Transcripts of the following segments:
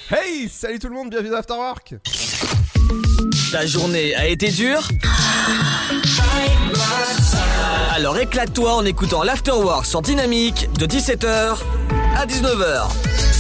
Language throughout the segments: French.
Hey, salut tout le monde, bienvenue dans After Work. Ta journée a été dure ? Alors éclate-toi en écoutant l'After Work sur Dynamique de 17h à 19h.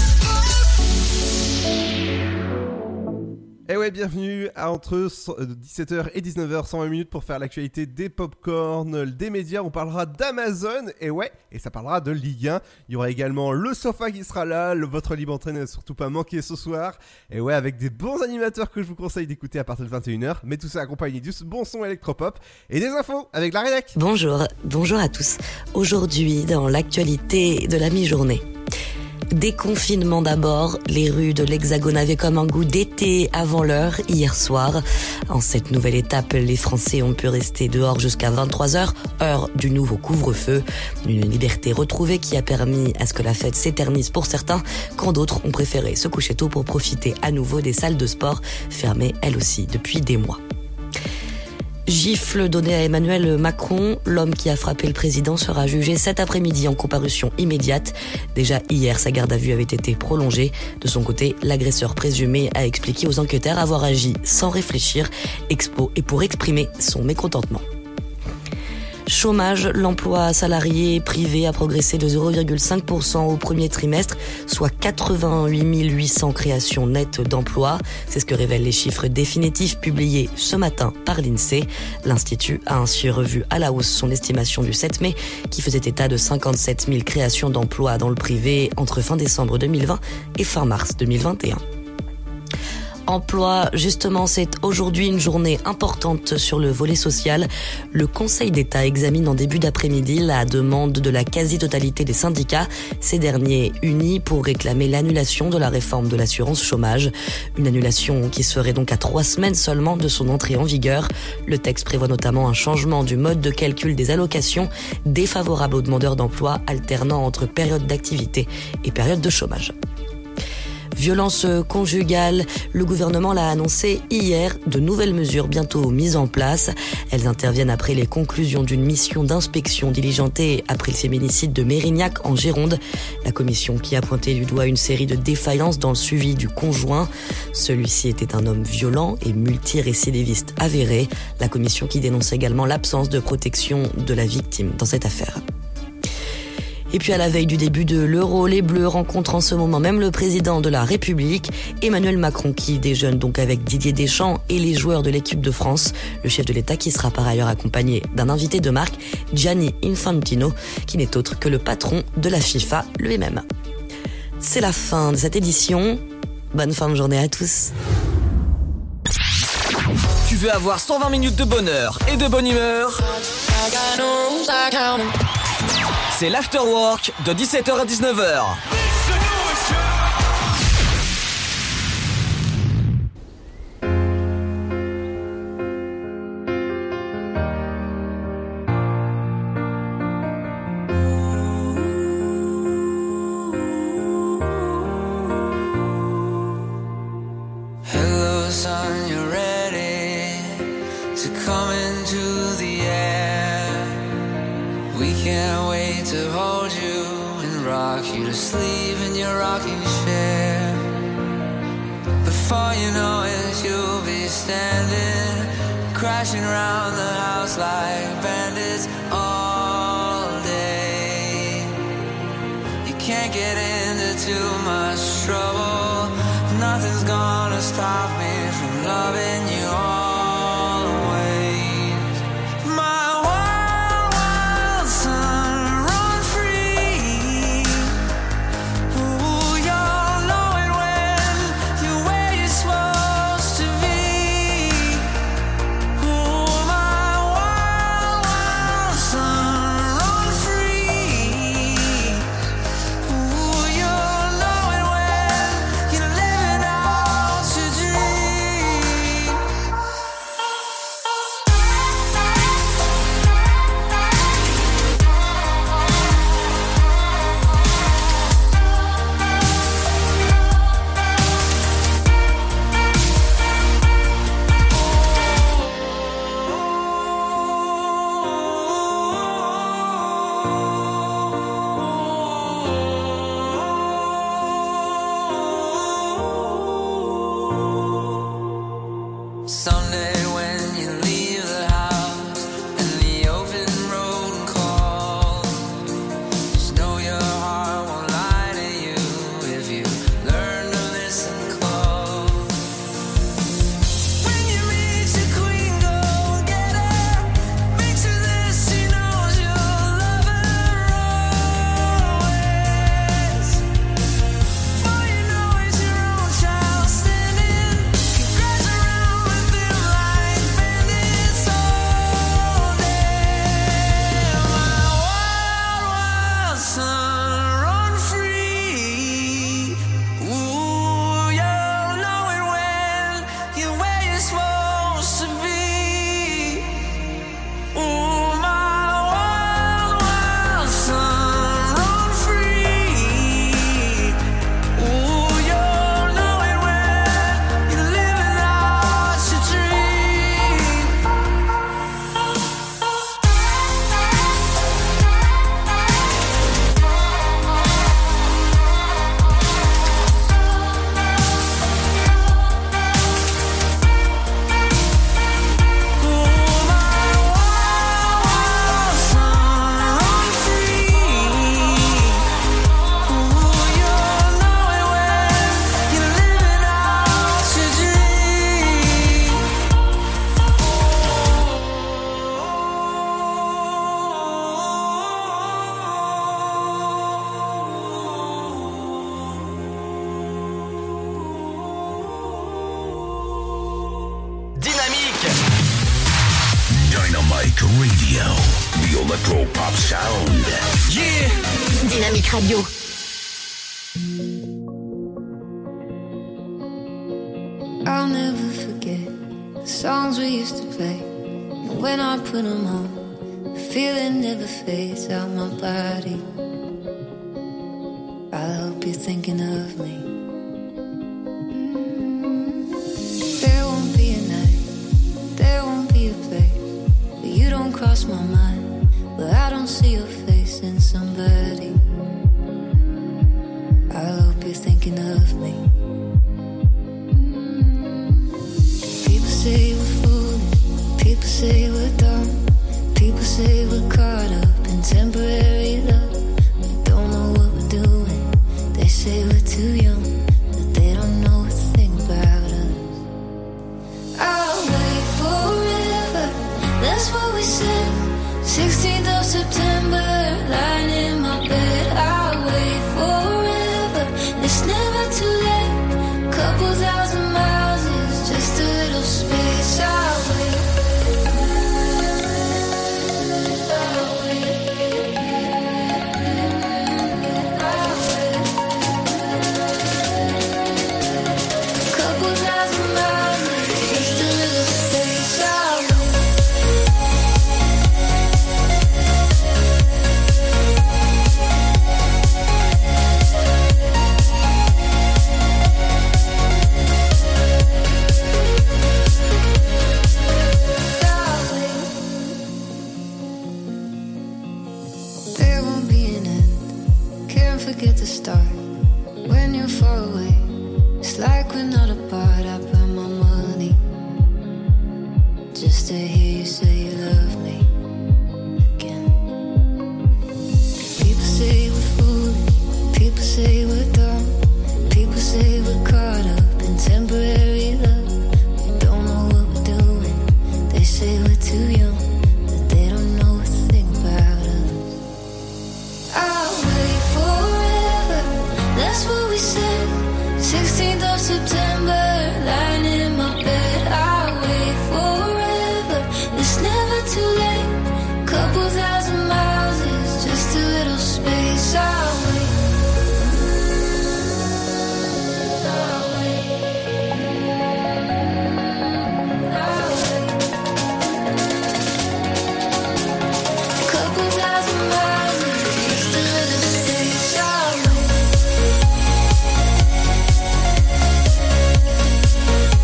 Et ouais, bienvenue à entre 17h et 19h, 120 minutes pour faire l'actualité des popcorn, des médias. On parlera d'Amazon, et ouais, et ça parlera de Ligue 1. Il y aura également le sofa qui sera là, votre libre entraîne n'a surtout pas manqué ce soir. Et ouais, avec des bons animateurs que je vous conseille d'écouter à partir de 21h. Mais tout ça accompagné du bon son électropop et des infos avec la rédac. Bonjour à tous. Aujourd'hui, dans l'actualité de la mi-journée. Déconfinement d'abord, les rues de l'Hexagone avaient comme un goût d'été avant l'heure hier soir. En cette nouvelle étape, les Français ont pu rester dehors jusqu'à 23h, heure du nouveau couvre-feu. Une liberté retrouvée qui a permis à ce que la fête s'éternise pour certains, quand d'autres ont préféré se coucher tôt pour profiter à nouveau des salles de sport, fermées elles aussi depuis des mois. Gifle donnée à Emmanuel Macron, l'homme qui a frappé le président sera jugé cet après-midi en comparution immédiate. Déjà hier, sa garde à vue avait été prolongée. De son côté, l'agresseur présumé a expliqué aux enquêteurs avoir agi sans réfléchir, et pour exprimer son mécontentement. Chômage, l'emploi salarié privé a progressé de 0,5% au premier trimestre, soit 88 800 créations nettes d'emplois. C'est ce que révèlent les chiffres définitifs publiés ce matin par l'INSEE. L'Institut a ainsi revu à la hausse son estimation du 7 mai, qui faisait état de 57 000 créations d'emplois dans le privé entre fin décembre 2020 et fin mars 2021. Emploi, justement, c'est aujourd'hui une journée importante sur le volet social. Le Conseil d'État examine en début d'après-midi la demande de la quasi-totalité des syndicats, ces derniers unis pour réclamer l'annulation de la réforme de l'assurance chômage. Une annulation qui serait donc à 3 semaines seulement de son entrée en vigueur. Le texte prévoit notamment un changement du mode de calcul des allocations, défavorable aux demandeurs d'emploi alternant entre période d'activité et période de chômage. Violence conjugale, le gouvernement l'a annoncé hier, de nouvelles mesures bientôt mises en place. Elles interviennent après les conclusions d'une mission d'inspection diligentée après le féminicide de Mérignac en Gironde. La commission qui a pointé du doigt une série de défaillances dans le suivi du conjoint. Celui-ci était un homme violent et multirécidiviste avéré. La commission qui dénonce également l'absence de protection de la victime dans cette affaire. Et puis à la veille du début de l'Euro, les Bleus rencontrent en ce moment même le président de la République, Emmanuel Macron, qui déjeune donc avec Didier Deschamps et les joueurs de l'équipe de France. Le chef de l'État qui sera par ailleurs accompagné d'un invité de marque, Gianni Infantino, qui n'est autre que le patron de la FIFA lui-même. C'est la fin de cette édition. Bonne fin de journée à tous. Tu veux avoir 120 minutes de bonheur et de bonne humeur ? C'est l'After Work de 17h à 19h. Hello son, you're ready to come into the air. We can't wait to hold you and rock you to sleep in your rocking chair. Before you know it, you'll be standing, crashing around the house like bandits all day. You can't get into too much trouble. Nothing's gonna stop me from loving you always. My wild, wild son, run free. Ooh, you'll know it when you're where you're supposed to be. Ooh, my wild, wild son, run free. Ooh, you'll know it when you're living out your dream. Someday when you leave the house and the open road calls, just know your heart won't lie to you if you learn to listen close. When you meet your queen, go get her. Make sure that she knows you'll love her always. For you know it's your own child standing. Congrats around with them like bandits all day. My wild, wild son, run free. Ooh, you'll know it when you're where you're supposed to be. Ooh, my wild, wild son, run free. Ooh, you'll know it when you're living out your dream. Dynamique. Dynamic Radio, the electro pop sound. Yeah. Dynamique Radio. I'll never forget the songs we used to play. And when I put them on, the feeling never fades out my body. I hope you're thinking of me. There won't be a night, there won't be a place where you don't cross my mind, where I don't see your face in somebody. I hope you're thinking of me. People say we're foolish, people say we're dumb, people say we're caught up in temporary love. We don't know what we're doing, they say we're too young, but they don't know a thing about us. I'll wait forever, that's what we said. 16th of September, lying in my bed. I'll wait forever, it's never too late. Couple thousand miles is just a little space. I'll wait. I'll wait. I'll wait. Couple thousand miles is just a little space. I'll wait. There won't be an end. Can't forget the start. When you're far away, it's like we're not apart. I burn my money just to hear you say you love me again. People say we're foolish, people say we're dumb, people say we're caught up in temporary love. We don't know what we're doing, they say we're too young, but they don't know a thing about us. I'll wait forever, that's what we said. 16th of September, lying in my bed. I'll wait forever, it's never too late. Couple thousand miles is just a little space. I'll wait. I'll wait. I'll wait. Couple thousand miles is just a little space. I'll wait.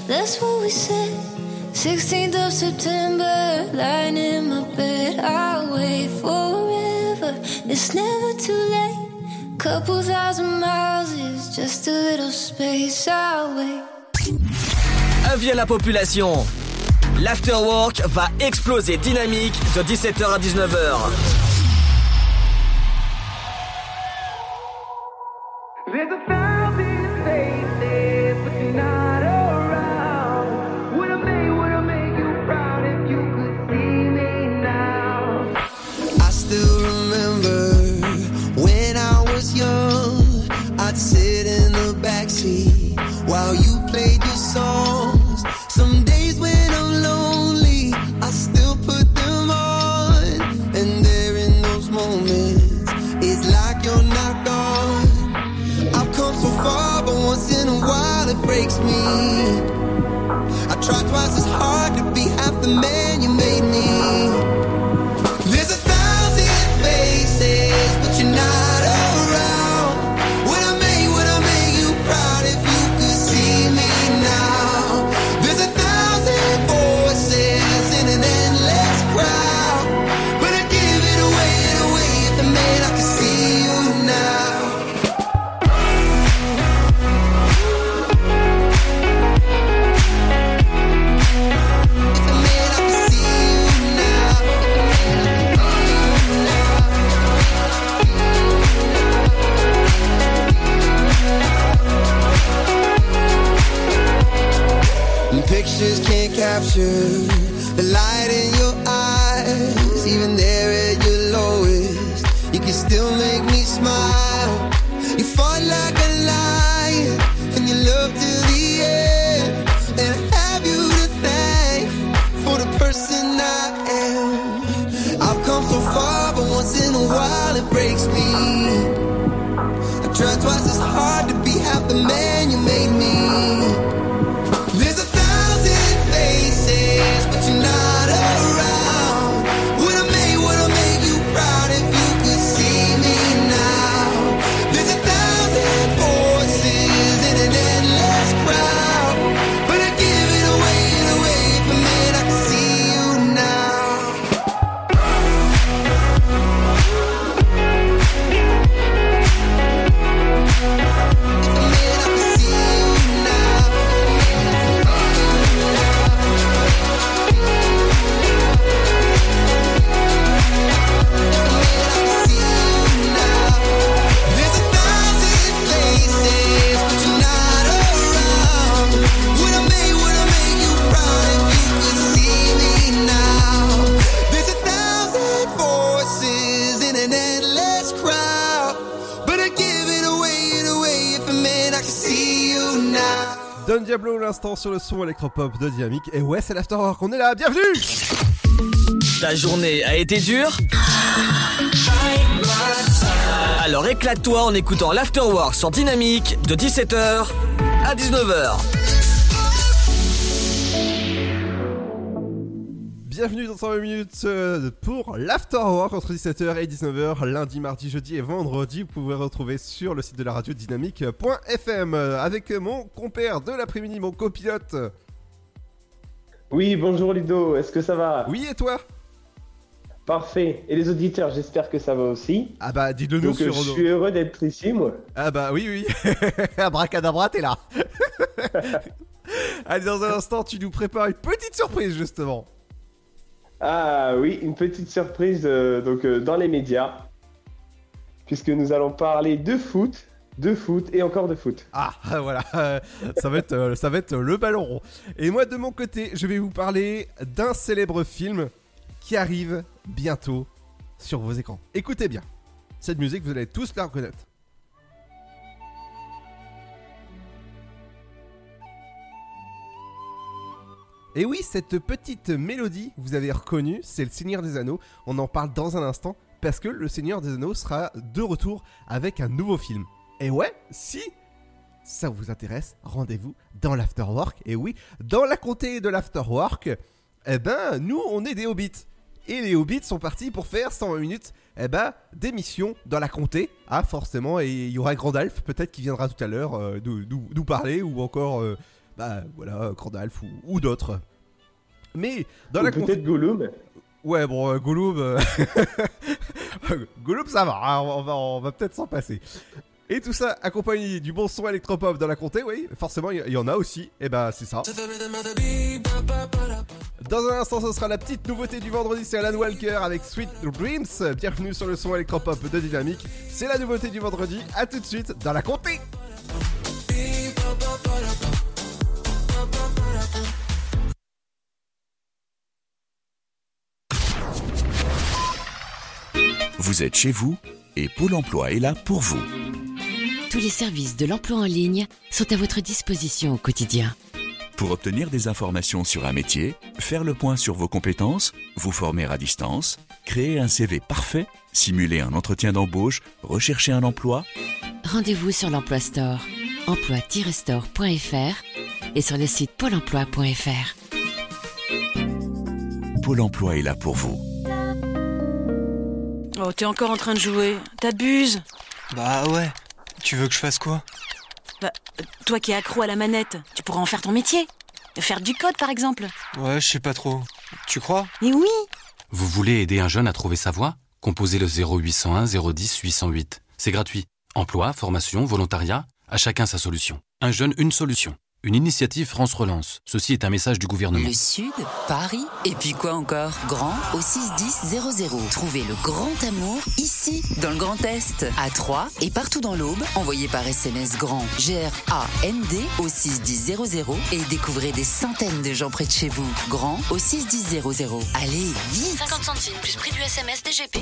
That's what we said. 16th of September, lying in my bed. I'll wait forever. It's never too late. Couple thousand miles is just a little space. I'll wait. Avis à la population. L'afterwork va exploser dynamique de 17h à 19h. There's 1,000 faces, but you're not around. Would I make you proud if you could see me now? I still remember when I was young, I'd sit in the backseat while you played your songs. Some days when I'm lonely, I still put them on. And there in those moments, it's like you're not gone. I've come so far, but once in a while it breaks me. I try twice as hard to be half the man you made me. There's 1,000 faces, but you're not around. Would I make you proud if you could see me now? There's 1,000 voices in an endless crowd, but I'd give it away if it meant I could see you now. Pictures can't capture the light in your eyes. Even there at your lowest, you can still make me smile. You fought like a lion and you loved till the end. And I have you to thank for the person I am. I've come so far, but once in a while it breaks me. I try twice as hard to be half the man you made me. There's 1,000 faces, but you're not around. Would I make you proud if you could see me now? There's 1,000 voices in an endless crowd, but I'd give it away if it meant I could see you now. If it meant I could see you now. Don Diablo l'instant sur le son électropop de Dynamique. Et ouais, c'est l'Afterwork, on est là, bienvenue. Ta journée a été dure? Alors éclate-toi en écoutant l'Afterwork sur Dynamique de 17h à 19h. Bienvenue dans 120 minutes pour l'Afterwork entre 17h et 19h, lundi, mardi, jeudi et vendredi. Vous pouvez retrouver sur le site de la radio dynamique.fm avec mon compère de l'après-midi, mon copilote. Oui, bonjour Ludo, est-ce que ça va? Oui, et toi? Parfait, et les auditeurs, j'espère que ça va aussi. Ah bah, dis-le nous sur... Je suis heureux d'être ici, moi. Ah bah oui. Abracadabra, t'es là. Allez, dans un instant, tu nous prépares une petite surprise, justement. Ah oui, une petite surprise dans les médias, puisque nous allons parler de foot et encore de foot. Ah voilà, ça va être le ballon rond. Et moi de mon côté, je vais vous parler d'un célèbre film qui arrive bientôt sur vos écrans. Écoutez bien, cette musique vous allez tous la reconnaître. Et oui, cette petite mélodie, vous avez reconnu, c'est le Seigneur des Anneaux. On en parle dans un instant parce que le Seigneur des Anneaux sera de retour avec un nouveau film. Et ouais, si ça vous intéresse, rendez-vous dans l'Afterwork. Et oui, dans la comté de l'Afterwork, nous on est des hobbits. Et les hobbits sont partis pour faire 120 minutes d'émission dans la comté. Ah forcément, et il y aura Grandalf peut-être qui viendra tout à l'heure nous parler ou encore... Bah voilà, Gandalf ou d'autres. Mais dans Ou la peut-être Gollum. Ouais, bon, Gollum... Gollum, ça va, hein, on va peut-être s'en passer. Et tout ça accompagné du bon son électropop dans la comté, oui, forcément, il y en a aussi, et bah c'est ça. Dans un instant, ce sera la petite nouveauté du vendredi, c'est Alan Walker avec Sweet Dreams. Bienvenue sur le son électropop de Dynamique. C'est la nouveauté du vendredi, à tout de suite dans la comté. Vous êtes chez vous et Pôle emploi est là pour vous. Tous les services de l'emploi en ligne sont à votre disposition au quotidien. Pour obtenir des informations sur un métier, faire le point sur vos compétences, vous former à distance, créer un CV parfait, simuler un entretien d'embauche, rechercher un emploi. Rendez-vous sur l'Emploi Store, emploi-store.fr et sur le site pôle emploi.fr. Pôle emploi est là pour vous. Oh, t'es encore en train de jouer. T'abuses. Bah ouais. Tu veux que je fasse quoi? Bah, toi qui es accro à la manette, tu pourras en faire ton métier. Faire du code, par exemple. Ouais, je sais pas trop. Tu crois? Et oui. Vous voulez aider un jeune à trouver sa voie? Composez le 0801 010 808. C'est gratuit. Emploi, formation, volontariat, à chacun sa solution. Un jeune, une solution. Une initiative France Relance. Ceci est un message du gouvernement. Le Sud, Paris, et puis quoi encore? Grand au 61000. Trouvez le grand amour ici, dans le Grand Est, à Troyes et partout dans l'Aube. Envoyez par SMS GRAND, G-R-A-N-D au 61000 et découvrez des centaines de gens près de chez vous. Grand au 61000. Allez, vite! 50 centimes plus prix du SMS DGP.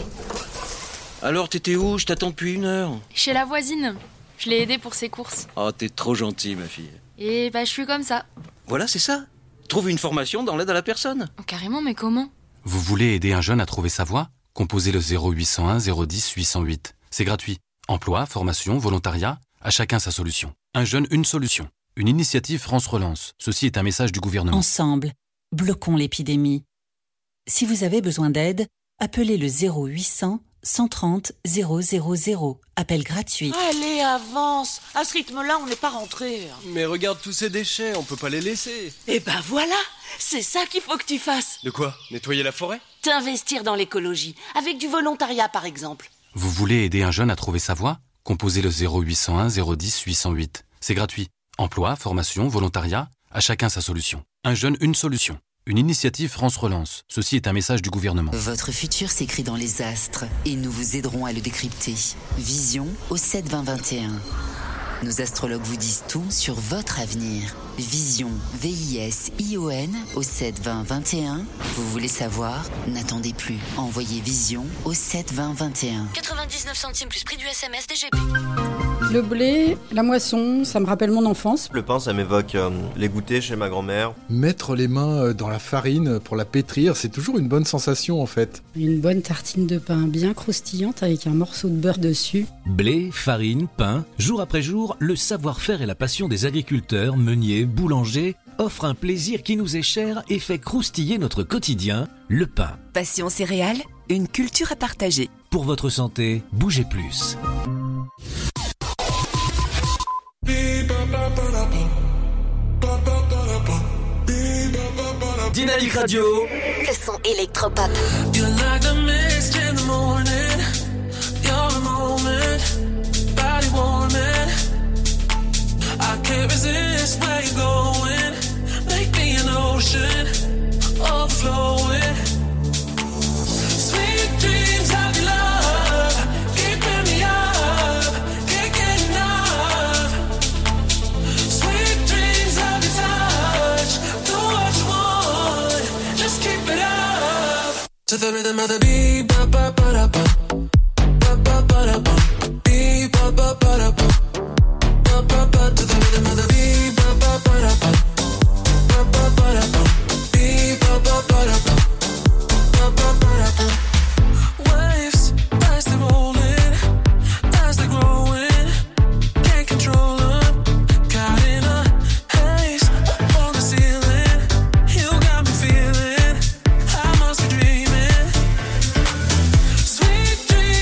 Alors, t'étais où? Je t'attends depuis 1 heure. Chez la voisine. Je l'ai aidée pour ses courses. Oh, t'es trop gentille, ma fille. Et bah, je suis comme ça. Voilà, c'est ça. Trouve une formation dans l'aide à la personne. Oh, carrément, mais comment? Vous voulez aider un jeune à trouver sa voie? Composez le 0801 010 808. C'est gratuit. Emploi, formation, volontariat, à chacun sa solution. Un jeune, une solution. Une initiative France Relance. Ceci est un message du gouvernement. Ensemble, bloquons l'épidémie. Si vous avez besoin d'aide, appelez le 0800 130 000. Appel gratuit. Allez, avance. À ce rythme-là, on n'est pas rentré. Mais regarde tous ces déchets, on peut pas les laisser. Eh ben voilà, c'est ça qu'il faut que tu fasses. De quoi? Nettoyer la forêt? T'investir dans l'écologie, avec du volontariat par exemple. Vous voulez aider un jeune à trouver sa voie? Composez le 0801 010 808. C'est gratuit. Emploi, formation, volontariat, à chacun sa solution. Un jeune, une solution. Une initiative France Relance. Ceci est un message du gouvernement. Votre futur s'écrit dans les astres et nous vous aiderons à le décrypter. Vision au 7-20-21. Nos astrologues vous disent tout sur votre avenir. Vision, V-I-S-I-O-N au 7-20-21. Vous voulez savoir? N'attendez plus. Envoyez Vision au 7-20-21. 99 centimes plus prix du SMS DGP. Le blé, la moisson, ça me rappelle mon enfance. Le pain, ça m'évoque les goûters chez ma grand-mère. Mettre les mains dans la farine pour la pétrir, c'est toujours une bonne sensation en fait. Une bonne tartine de pain bien croustillante avec un morceau de beurre dessus. Blé, farine, pain, jour après jour, le savoir-faire et la passion des agriculteurs, meuniers, boulangers offrent un plaisir qui nous est cher et fait croustiller notre quotidien, le pain. Passion céréales, une culture à partager. Pour votre santé, bougez plus. Dynamique Radio. Le son électropop. You're like the mist in the morning. You're the moment, body warming. I can't resist where you're going. Make me an ocean, overflowing. Sweet dreams of your love, keeping me up, can't get enough. Sweet dreams of your touch, do what you want, just keep it up. To the rhythm of the beat, ba ba ba da ba, ba ba ba da ba, beat ba ba ba da ba, ba ba ba. To the rhythm of the beat, ba ba ba da ba, ba ba ba da ba, beat ba ba ba da ba, ba ba ba da ba. Waves as they rolling, as they growing, can't control them. Caught in a haze up on the ceiling, you got me feeling I must be dreaming. Sweet dreams.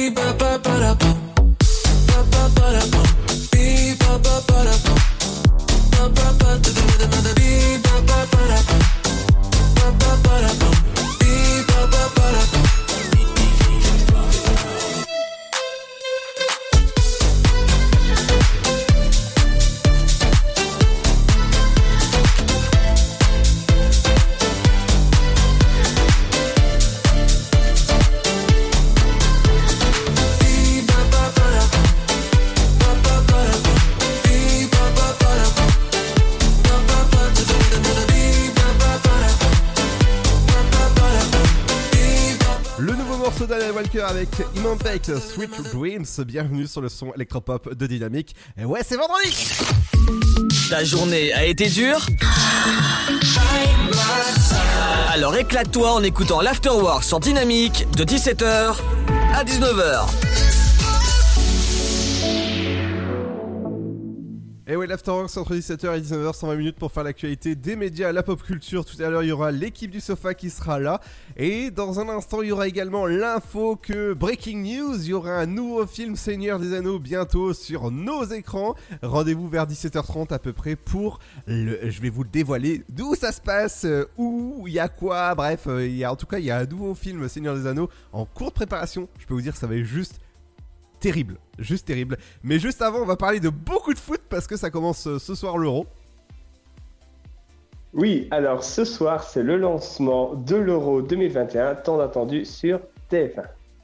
Avec Imanpek, Sweet Dreams, bienvenue sur le son électropop de Dynamique. Et ouais, c'est vendredi. Ta journée a été dure? Alors éclate-toi en écoutant l'Afterwork sur Dynamique de 17h à 19h. Et ouais, l'Afterwork c'est entre 17h et 19h, 120 minutes pour faire l'actualité des médias, la pop culture. Tout à l'heure, il y aura l'équipe du sofa qui sera là. Et dans un instant, il y aura également l'info que Breaking News, il y aura un nouveau film Seigneur des Anneaux bientôt sur nos écrans. Rendez-vous vers 17h30 à peu près pour je vais vous le dévoiler, d'où ça se passe, où, il y a quoi, bref, en tout cas, il y a un nouveau film Seigneur des Anneaux en cours de préparation. Je peux vous dire, ça va être juste terrible, juste terrible. Mais juste avant, on va parler de beaucoup de foot parce que ça commence ce soir l'Euro. Oui, alors ce soir, c'est le lancement de l'Euro 2021, tant attendu sur TF1.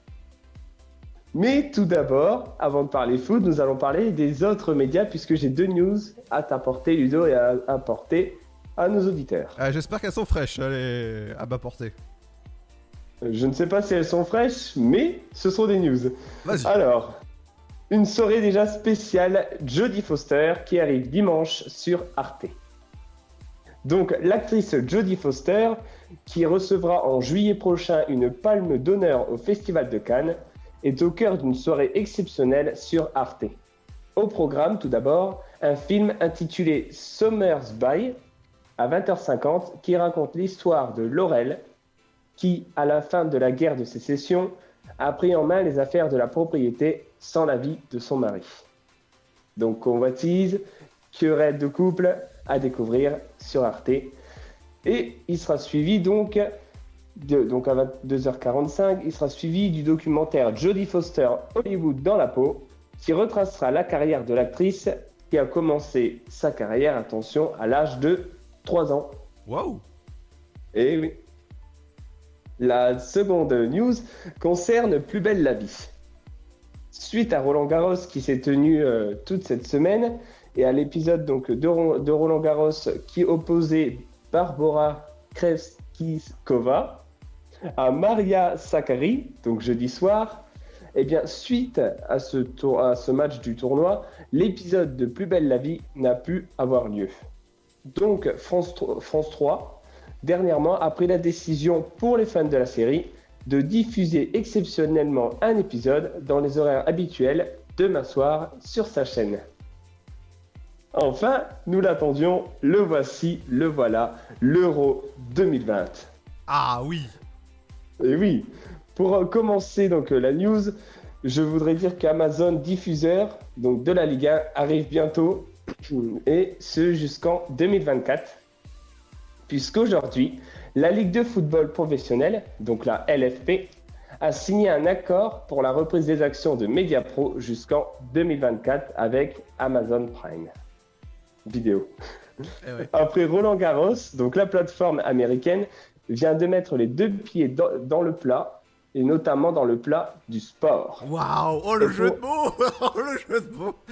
Mais tout d'abord, avant de parler foot, nous allons parler des autres médias puisque j'ai 2 news à t'apporter, Ludo, et à apporter à nos auditeurs. J'espère qu'elles sont fraîches, à ma portée. Je ne sais pas si elles sont fraîches, mais ce sont des news. Vas-y. Alors, une soirée déjà spéciale Jodie Foster qui arrive dimanche sur Arte. Donc, l'actrice Jodie Foster, qui recevra en juillet prochain une palme d'honneur au Festival de Cannes, est au cœur d'une soirée exceptionnelle sur Arte. Au programme, tout d'abord, un film intitulé Somersby à 20h50 qui raconte l'histoire de Laurel, qui, à la fin de la guerre de sécession, a pris en main les affaires de la propriété sans l'avis de son mari. Donc convoitise, querelle de couple à découvrir sur Arte. Et il sera suivi donc à 22h45, il sera suivi du documentaire Jodie Foster Hollywood dans la peau, qui retracera la carrière de l'actrice qui a commencé sa carrière, attention, à l'âge de 3 ans. Waouh! Et oui. La seconde news concerne Plus belle la vie. Suite à Roland Garros qui s'est tenu toute cette semaine et à l'épisode donc de Roland Garros qui opposait Barbora Krejcikova à Maria Sakkari, donc jeudi soir, et bien suite à ce match du tournoi, l'épisode de Plus belle la vie n'a pu avoir lieu. Donc France 3 dernièrement a pris la décision pour les fans de la série de diffuser exceptionnellement un épisode dans les horaires habituels demain soir sur sa chaîne. Enfin, nous l'attendions, le voici, le voilà, l'Euro 2020. Ah oui! Et oui, pour commencer donc la news, je voudrais dire qu'Amazon diffuseur donc de la Ligue 1 arrive bientôt et ce jusqu'en 2024. Puisqu'aujourd'hui, la Ligue de football professionnel, donc la LFP, a signé un accord pour la reprise des actions de Mediapro jusqu'en 2024 avec Amazon Prime Vidéo. Ouais. Après Roland Garros, donc la plateforme américaine vient de mettre les 2 pieds dans le plat, et notamment dans le plat du sport. Waouh! Oh le jeu de mots! Oh le jeu de mots!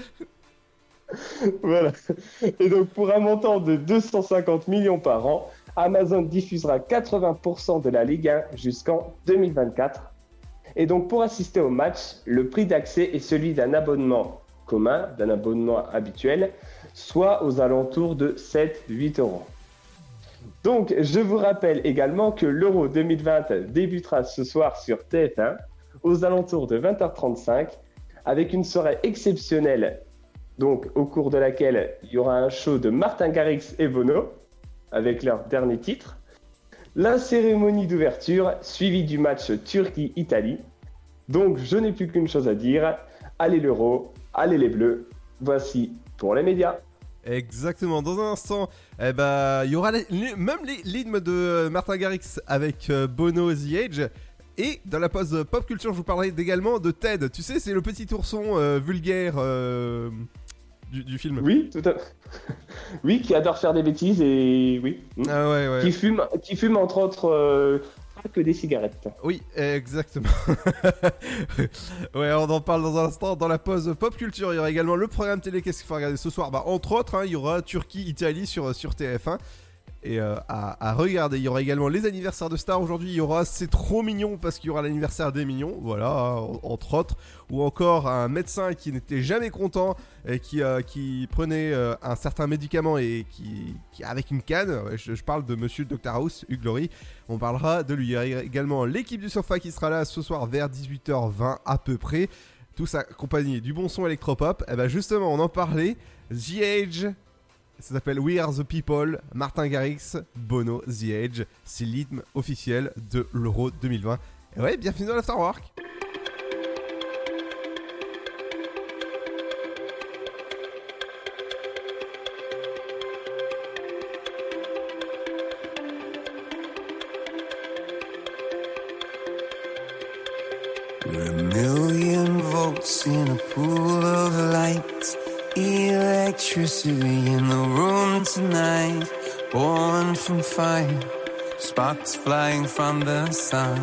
Voilà. Et donc pour un montant de 250 millions par an, Amazon diffusera 80% de la Ligue 1 jusqu'en 2024. Et donc pour assister au match, le prix d'accès est celui d'un abonnement commun, d'un abonnement habituel, soit aux alentours de 7-8 euros. Donc je vous rappelle également que l'Euro 2020 débutera ce soir sur TF1 aux alentours de 20h35 avec une soirée exceptionnelle, donc au cours de laquelle il y aura un show de Martin Garrix et Bono avec leur dernier titre, la cérémonie d'ouverture suivie du match Turquie-Italie, Donc, je n'ai plus qu'une chose à dire. Allez l'euro, allez les bleus. Voici pour les médias. Exactement, dans un instant, il y aura même l'hymne de Martin Garrix avec Bono The Age. Et dans la pause pop culture, je vous parlerai également de Ted. Tu sais, c'est le petit ourson vulgaire du film. Oui, tout à fait. Oui, qui adore faire des bêtises et oui. Ah ouais. Qui fume entre autres que des cigarettes. Oui, exactement. Ouais, on en parle dans un instant. Dans la pause pop culture, il y aura également le programme télé. Qu'est-ce qu'il faut regarder ce soir ? Entre autres, il y aura Turquie-Italie sur TF1. Et à regarder, il y aura également les anniversaires de stars. Aujourd'hui, il y aura C'est trop mignon parce qu'il y aura l'anniversaire des mignons, voilà, entre autres. Ou encore un médecin qui n'était jamais content et qui prenait un certain médicament et qui avec une canne. Je parle de Monsieur Dr House, Hugh Laurie. On parlera de lui. Il y aura également l'équipe du sofa qui sera là ce soir vers 18h20 à peu près. Tout ça accompagné du bon son électropop. Et justement, on en parlait. The Age. Ça s'appelle We Are The People, Martin Garrix, Bono, The Age. C'est l'hymne officiel de l'Euro 2020. Et ouais, bienvenue dans l'Afterwork. We're a million volts in a pool of light. Electricity in the room tonight. Born from fire, sparks flying from the sun.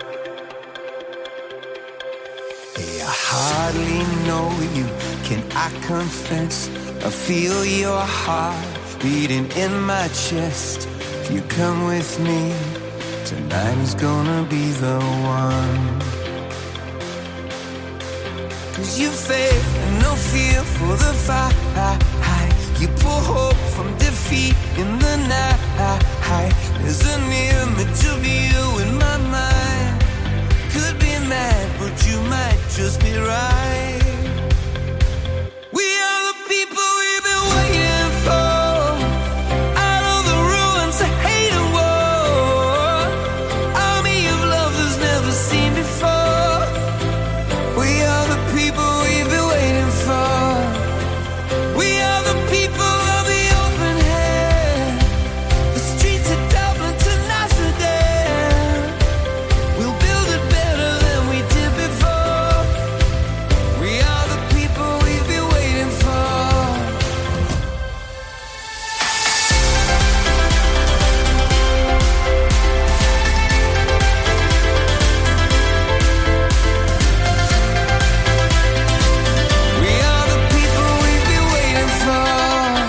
Hey, I hardly know you, can I confess? I feel your heart beating in my chest. If you come with me, tonight is gonna be the one. 'Cause you faith and no fear for the fight. You pull hope from defeat in the night. There's an image of you in my mind. Could be mad, but you might just be right. We are the people we've been waiting for. Out of the ruins of hate and war. Army of love that's never seen before. We are the people we've been waiting for. We are the people of the open hand. The streets of Dublin to Amsterdam. We'll build it better than we did before. We are the people we've been waiting for. We are the people we've been waiting for.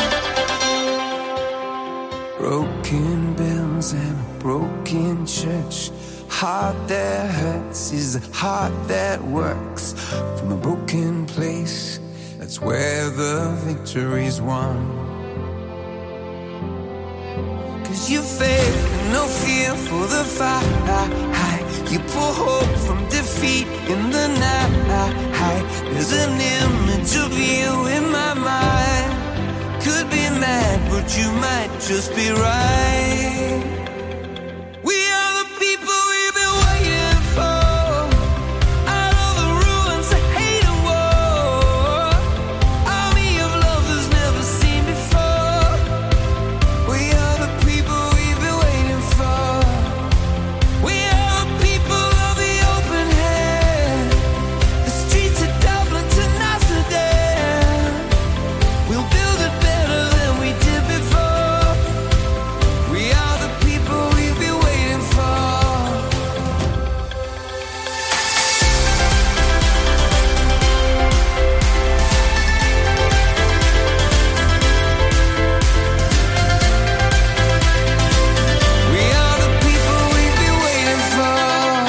Broken bells and a broken church. Heart that hurts is a heart that works. From a broken place, that's where the victory's won. 'Cause you faith and no fear for the fight. You pull hope from defeat in the night. There's an image of you in my mind. Could be mad, but you might just be right. We are the people we've been waiting for. Out of the ruins of hate and war. Army of love that's never seen before. We are the people we've been waiting for. We are the people of the open hand. The streets of Dublin to Amsterdam. We'll build it better than we did before. We are the people we've been waiting for. We are the people we've been waiting for.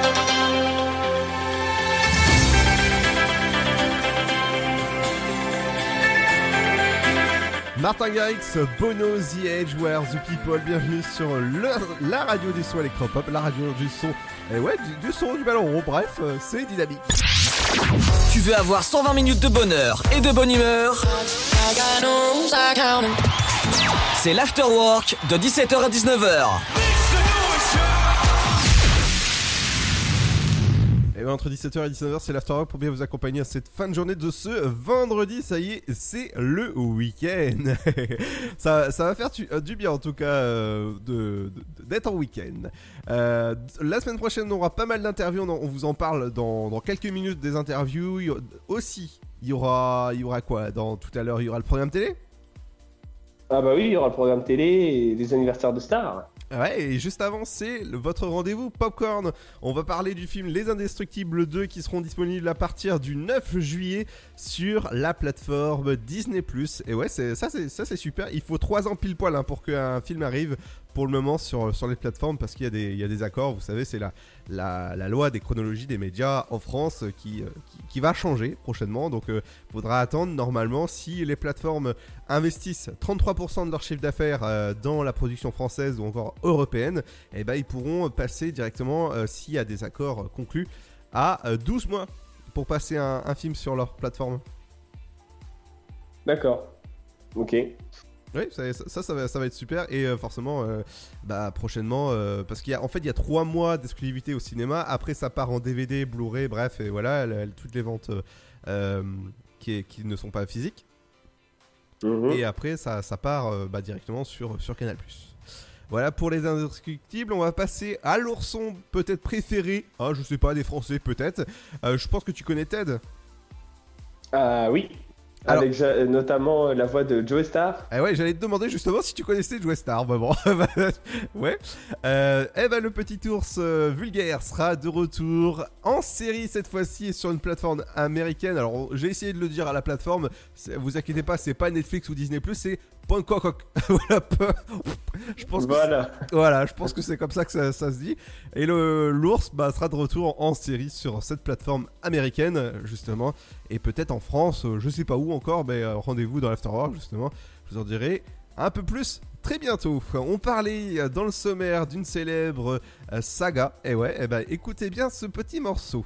Martin Garrix, Bono, The Age, Where The People. Bienvenue sur la radio du son électropop, la radio du son, et ouais, du son, du ballon rond. Bref, c'est dynamique. Tu veux avoir 120 minutes de bonheur et de bonne humeur? C'est l'Afterwork de 17h à 19h. Et entre 17h et 19h, c'est l'Afterwork pour bien vous accompagner à cette fin de journée de ce vendredi. Ça y est, c'est le week-end. ça va faire du bien en tout cas d'être en week-end. La semaine prochaine, on aura pas mal d'interviews. On vous en parle dans quelques minutes des interviews. Il y aura quoi tout à l'heure, il y aura le programme télé. Ah bah oui, il y aura le programme télé et les anniversaires de stars. Ouais, et juste avant, c'est votre rendez-vous Popcorn. On va parler du film Les Indestructibles 2 qui seront disponibles à partir du 9 juillet sur la plateforme Disney+. Et ouais, ça c'est super. Il faut 3 ans pile poil pour qu'un film arrive pour le moment sur les plateformes parce qu'il y a des accords. Vous savez, c'est la loi des chronologies des médias en France qui va changer prochainement. Donc, faudra attendre. Normalement, si les plateformes investissent 33% de leur chiffre d'affaires dans la production française ou encore européenne, eh ben, ils pourront passer directement, s'il y a des accords conclus, à 12 mois pour passer un film sur leur plateforme. D'accord. Ok. Oui, ça va être super et forcément prochainement parce qu'il y a 3 mois d'exclusivité au cinéma, après ça part en DVD, Blu-ray, bref, et voilà, toutes les ventes qui ne sont pas physiques. Et après ça part directement sur Canal+. Voilà pour les Indestructibles. On va passer à l'ourson peut-être préféré, je sais pas, des Français peut-être. Je pense que tu connais Ted. Oui. Alors, avec notamment la voix de Joe Star. Ouais, j'allais te demander justement si tu connaissais Joe Star. Bah bon, ouais. Le petit ours vulgaire sera de retour en série cette fois-ci et sur une plateforme américaine. Alors, j'ai essayé de le dire à la plateforme. Vous inquiétez pas, c'est pas Netflix ou Disney+, c'est Poncococ. Je pense je pense que c'est comme ça que ça se dit. Et l'ours sera de retour en série sur cette plateforme américaine justement, et peut-être en France, je sais pas où encore, mais rendez-vous dans l'Afterwork justement, je vous en dirai un peu plus très bientôt. On parlait dans le sommaire d'une célèbre saga, et écoutez bien ce petit morceau.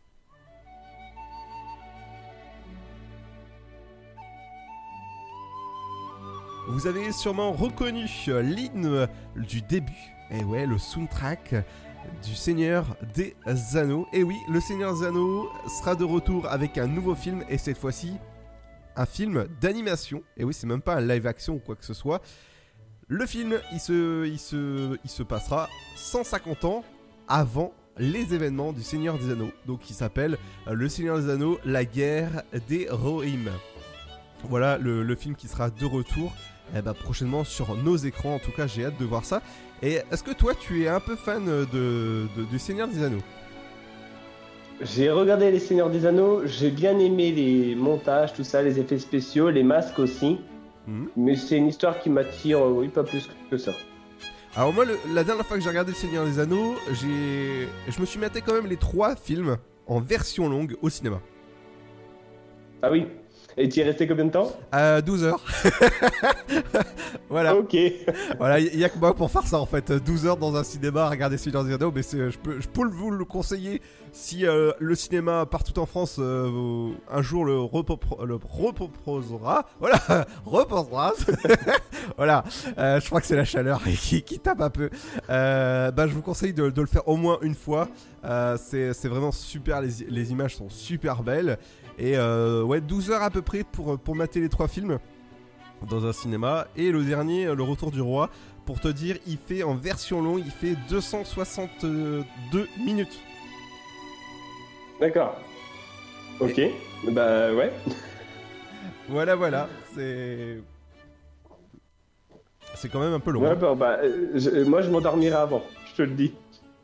Vous avez sûrement reconnu l'hymne du début, et ouais, le soundtrack du Seigneur des Anneaux. Et oui, le Seigneur des Anneaux sera de retour avec un nouveau film, et cette fois-ci, un film d'animation. Et oui, c'est même pas un live action ou quoi que ce soit. Le film, il se passera 150 ans avant les événements du Seigneur des Anneaux. Donc, il s'appelle Le Seigneur des Anneaux, la guerre des Rohirrim. Voilà le film qui sera de retour prochainement sur nos écrans. En tout cas, j'ai hâte de voir ça. Et est-ce que toi, tu es un peu fan du Seigneur des Anneaux ? J'ai regardé les Seigneurs des Anneaux, j'ai bien aimé les montages, tout ça, les effets spéciaux, les masques aussi. Mais c'est une histoire qui m'attire, pas plus que ça. Alors moi, la dernière fois que j'ai regardé le Seigneur des Anneaux, je me suis maté quand même les 3 films en version longue au cinéma. Ah oui. Et tu y es resté combien de temps ? 12 heures. Voilà. Ok. Voilà, il y a que moi pour faire ça en fait. 12 heures dans un cinéma à regarder Seigneur des Anneaux, mais je peux vous le conseiller si le cinéma partout en France un jour le reproposera. Voilà, reposera. Voilà. Je crois que c'est la chaleur qui tape un peu. Je vous conseille de le faire au moins une fois. C'est vraiment super. Les images sont super belles. Et 12 heures à peu près pour mater les 3 films dans un cinéma. Et le dernier, Le Retour du Roi, pour te dire, il fait en version longue, il fait 262 minutes. D'accord. Ok. Ouais. Voilà. C'est quand même un peu long. Ouais, moi je m'endormirai avant, je te le dis.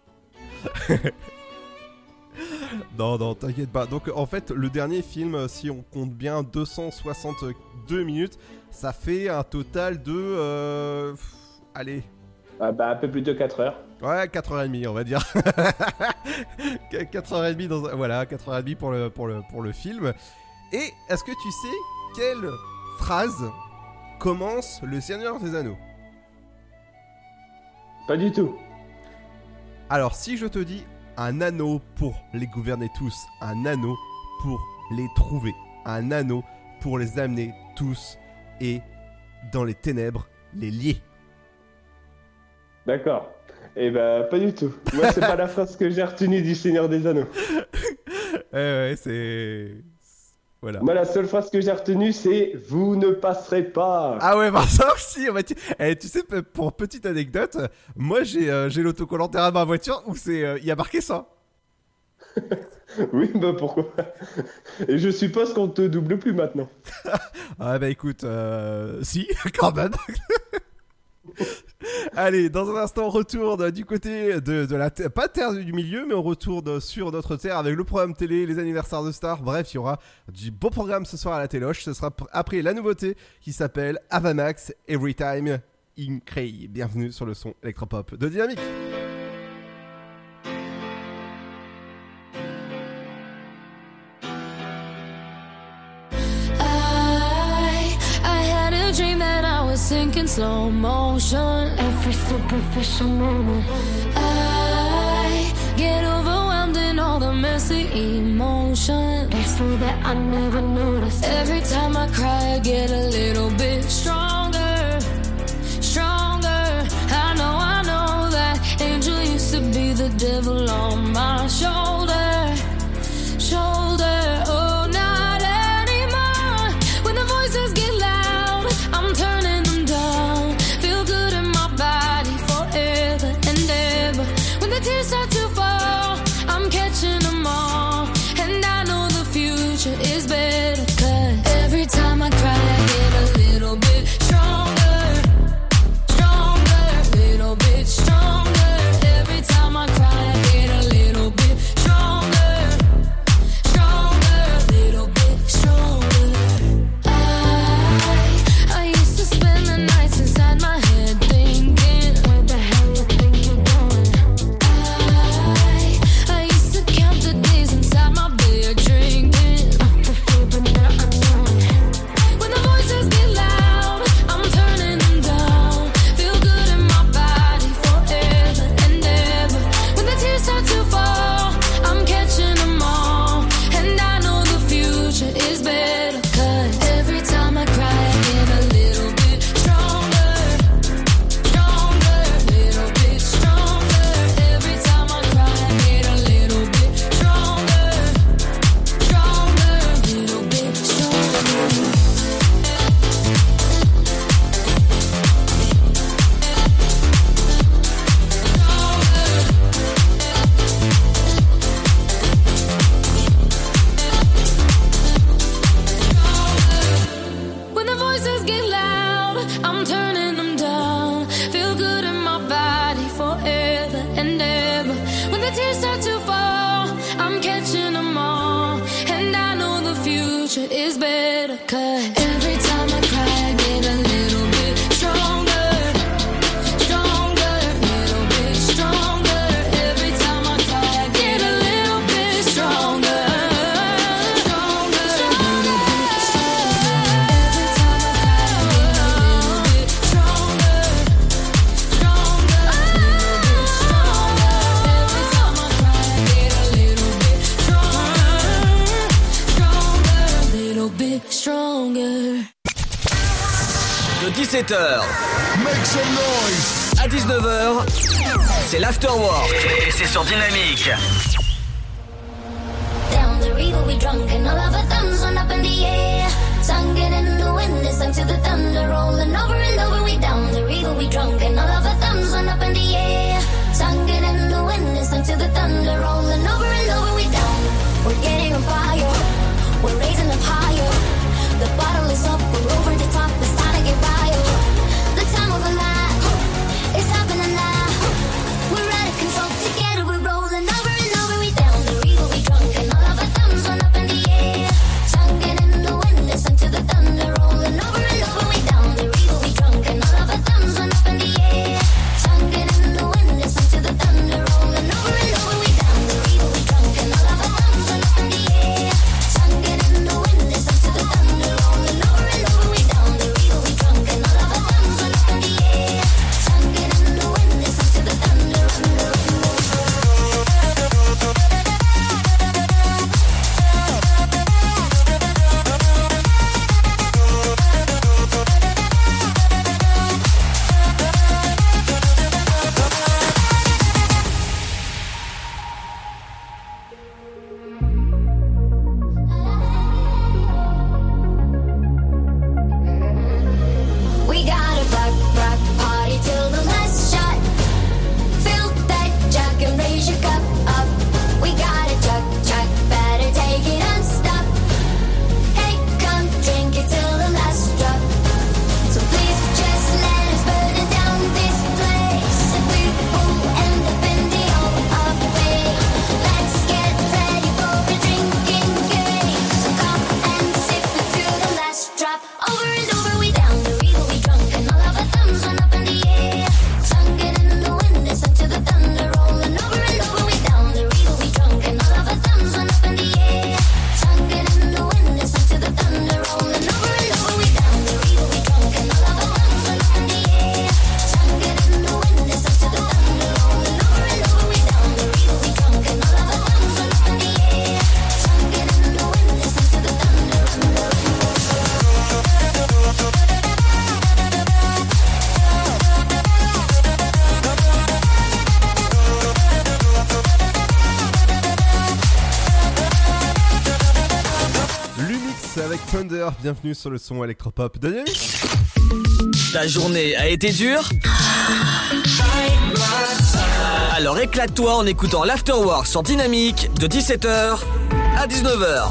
Non, t'inquiète pas. Donc en fait, le dernier film, si on compte bien 262 minutes, ça fait un total de... allez... un peu plus de 4 heures. Ouais, 4h30 on va dire. 4h30 voilà, 4h30 pour le film. Et est-ce que tu sais quelle phrase commence Le Seigneur des Anneaux ? Pas du tout. Alors si je te dis un anneau pour les gouverner tous, un anneau pour les trouver, un anneau pour les amener tous et dans les ténèbres les lier. D'accord. Eh ben, pas du tout. Moi, c'est pas la phrase que j'ai retenue du Seigneur des Anneaux. Ouais, c'est... Voilà. Moi, la seule phrase que j'ai retenue, c'est « Vous ne passerez pas ». Ah ouais, bah ça aussi. Tu sais, pour petite anecdote, moi j'ai l'autocollant derrière ma voiture où il y a marqué ça. Oui, bah pourquoi? Et je suppose qu'on te double plus maintenant. Ah bah écoute, si, quand même. Allez, dans un instant, on retourne du côté de la pas terre du milieu, mais on retourne sur notre terre avec le programme télé, les anniversaires de stars. Bref, il y aura du beau programme ce soir à la téloche. Ce sera après la nouveauté qui s'appelle Avamax Every Time in Cray. Bienvenue sur le son électropop de Dynamique. Dream that I was sinking slow motion. Every superficial moment, I get overwhelmed in all the messy emotions. So that I never noticed. Every time I cry, I get a little bit stronger, stronger. I know that angel used to be the devil on my shoulder, shoulder. Oh, not anymore. When the voices get loud, I'm turning them down. Feel good in my body forever and ever. When the tears start to fall, I'm catching them all. And I know the future is better. 'Cause every time I cry, I get a little bit stronger, stronger, little bit stronger. Every time I cry, I get a little bit stronger, stronger, little bit stronger. I used to spend the nights inside my head thinking, where the hell you think you're going? I used to count the days inside my bed drinking, the fear but now I know it. When the voices get loud, I'm turning them down. Feel good in my body forever and ever. When the tears start to fall, I'm catching them all. And I know the future is better. 'Cause every time I cry, I get a little bit stronger, stronger, little bit stronger. Every time I cry, I get a little bit stronger, stronger, little bit stronger. When the voices get loud, I'm turning them down. Feel good in my body forever and ever. When the tears start to fall, I'm catching them all. And I know the future is better. 'Cause every time I cry, I get a little bit stronger, stronger, little bit stronger. Every time I cry, I get a little bit stronger, stronger, little bit stronger. Every time I cry, I get a little bit stronger, stronger, little bit stronger. Every time I cry, I get a little bit stronger, stronger, little bit stronger. De 17h à 19h, c'est l'Afterwork et c'est sur Dynamique. Down the river we drunk and all of our thumbs went up in the air. Sung it in the wind, it sung to the thunder, rolling over and over. We down the river we drunk and all of our thumbs went up in the air. Sung it in the wind, it sung to the thunder, rolling over and over. We down, we're getting on fire, we're raising up higher. The bottle is up, we're over the top, it's time to get wild. The time of a life, it's happening now. We're out of control, together we're rolling over and over. We down the river we drunk and all of our thumbs went up in the c'est avec Thunder. Bienvenue sur le son électropop de Dynamique. Ta journée a été dure ? Alors éclate-toi en écoutant l'Afterwork sur Dynamique de 17h à 19h.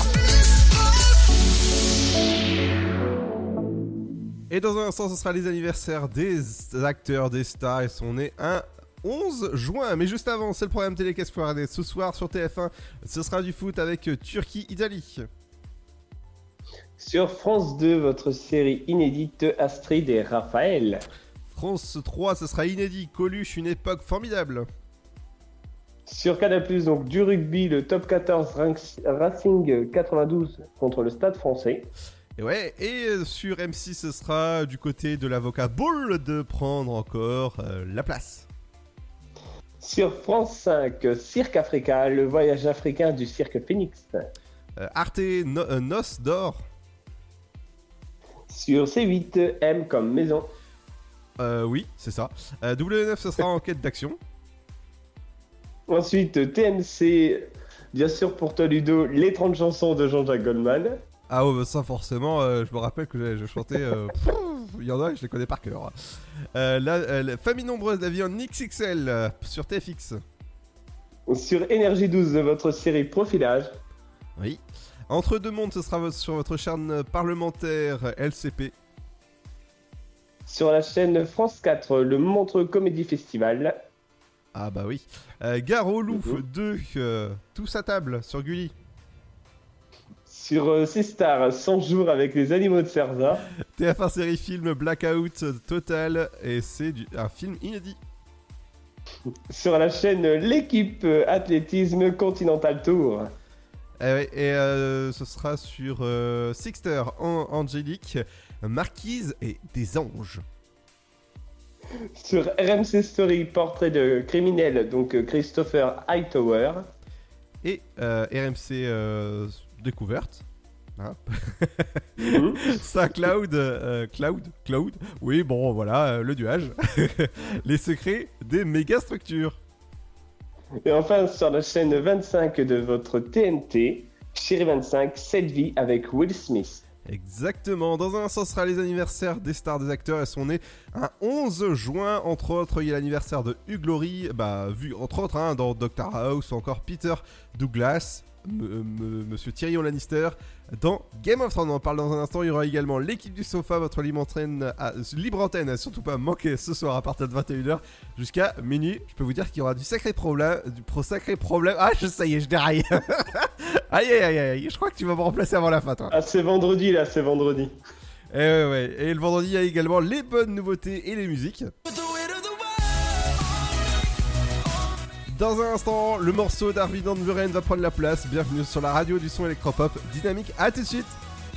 Et dans un instant, ce sera les anniversaires des acteurs, des stars. Ils sont nés un 11 juin. Mais juste avant, c'est le programme télé qu'est-ce qu'il faut regarder ce soir sur TF1. Ce sera du foot avec Turquie-Italie. Sur France 2, votre série inédite Astrid et Raphaël. France 3, ce sera inédit. Coluche, une époque formidable. Sur Canal+, donc du rugby, le top 14 Racing 92 contre le Stade Français. Et ouais, et sur M6, ce sera du côté de l'avocat Bull de prendre encore la place. Sur France 5, Cirque Africa, le voyage africain du cirque Phoenix. Arte Noces d'or. Sur C8, M comme maison. Oui, c'est ça. W9, ce sera enquête d'action. Ensuite, TMC, bien sûr pour toi Ludo, les 30 chansons de Jean-Jacques Goldman. Ah ouais, bah ça forcément, je me rappelle que je chantais, il y en a, je les connais par cœur. La famille nombreuse, la vie en XXL sur TFX. Sur Énergie 12, votre série Profilage. Oui. Entre deux mondes, ce sera sur votre chaîne parlementaire LCP. Sur la chaîne France 4, le Montreux Comédie Festival. Ah bah oui. Gare au Loup 2, tous à table sur Gulli. Sur C-Star, 100 jours avec les animaux de Cerza. TF1 série film Blackout Total, et c'est un film inédit. Sur la chaîne L'équipe Athlétisme Continental Tour. Et ce sera sur Sixter, Angélique, Marquise et des anges. Sur RMC Story, portrait de criminel, donc Christopher Hightower. Et RMC Découverte. Hein. Ça, Cloud, oui, bon, voilà, le nuage. Les secrets des mégastructures. Et enfin, sur la chaîne 25 de votre TNT, Chérie 25, cette vie avec Will Smith. Exactement. Dans un instant, ce sera les anniversaires des stars, des acteurs. Elles sont nées un 11 juin. Entre autres, il y a l'anniversaire de Hugh Laurie, vu entre autres dans Doctor House, ou encore Peter Douglas, Monsieur Tyrion Lannister dans Game of Thrones. On en parle dans un instant. Il y aura également l'équipe du sofa, votre libre antenne à surtout pas manquer ce soir à partir de 21h jusqu'à minuit. Je peux vous dire qu'il y aura du sacré problème. Ah, ça y est, je déraille. aïe, je crois que tu vas me remplacer avant la fin, toi. Ah, c'est vendredi là, c'est vendredi. Et ouais. Et le vendredi, il y a également les bonnes nouveautés et les musiques. Dans un instant, le morceau d'Arvid van Buuren va prendre la place. Bienvenue sur la radio du son électropop Dynamique. À tout de suite.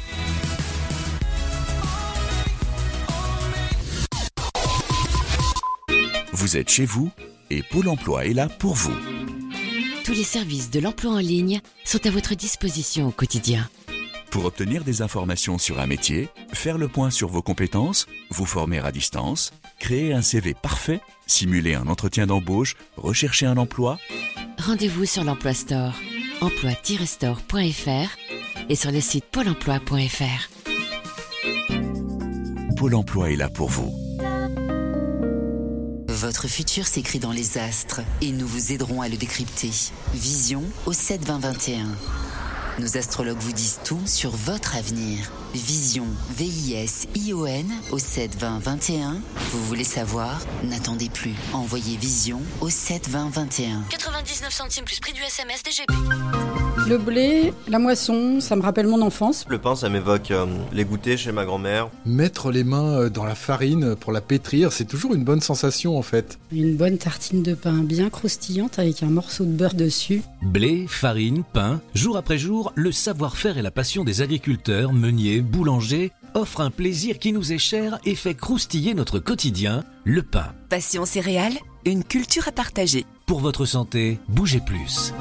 Vous êtes chez vous et Pôle emploi est là pour vous. Tous les services de l'emploi en ligne sont à votre disposition au quotidien. Pour obtenir des informations sur un métier, faire le point sur vos compétences, vous former à distance, créer un CV parfait, simuler un entretien d'embauche, rechercher un emploi. Rendez-vous sur l'Emploi Store, emploi-store.fr et sur le site pôle emploi.fr. Pôle emploi est là pour vous. Votre futur s'écrit dans les astres et nous vous aiderons à le décrypter. Vision au 7-20-21. Nos astrologues vous disent tout sur votre avenir. Vision, V-I-S-I-O-N au 7-20-21. Vous voulez savoir? N'attendez plus. Envoyez Vision au 7-20-21. 99 centimes plus prix du SMS DGP. Le blé, la moisson, ça me rappelle mon enfance. Le pain, ça m'évoque les goûters chez ma grand-mère. Mettre les mains dans la farine pour la pétrir, c'est toujours une bonne sensation en fait. Une bonne tartine de pain bien croustillante avec un morceau de beurre dessus. Blé, farine, pain, jour après jour, le savoir-faire et la passion des agriculteurs, meuniers, boulangers offrent un plaisir qui nous est cher et fait croustiller notre quotidien, le pain. Passion céréales, une culture à partager. Pour votre santé, bougez plus.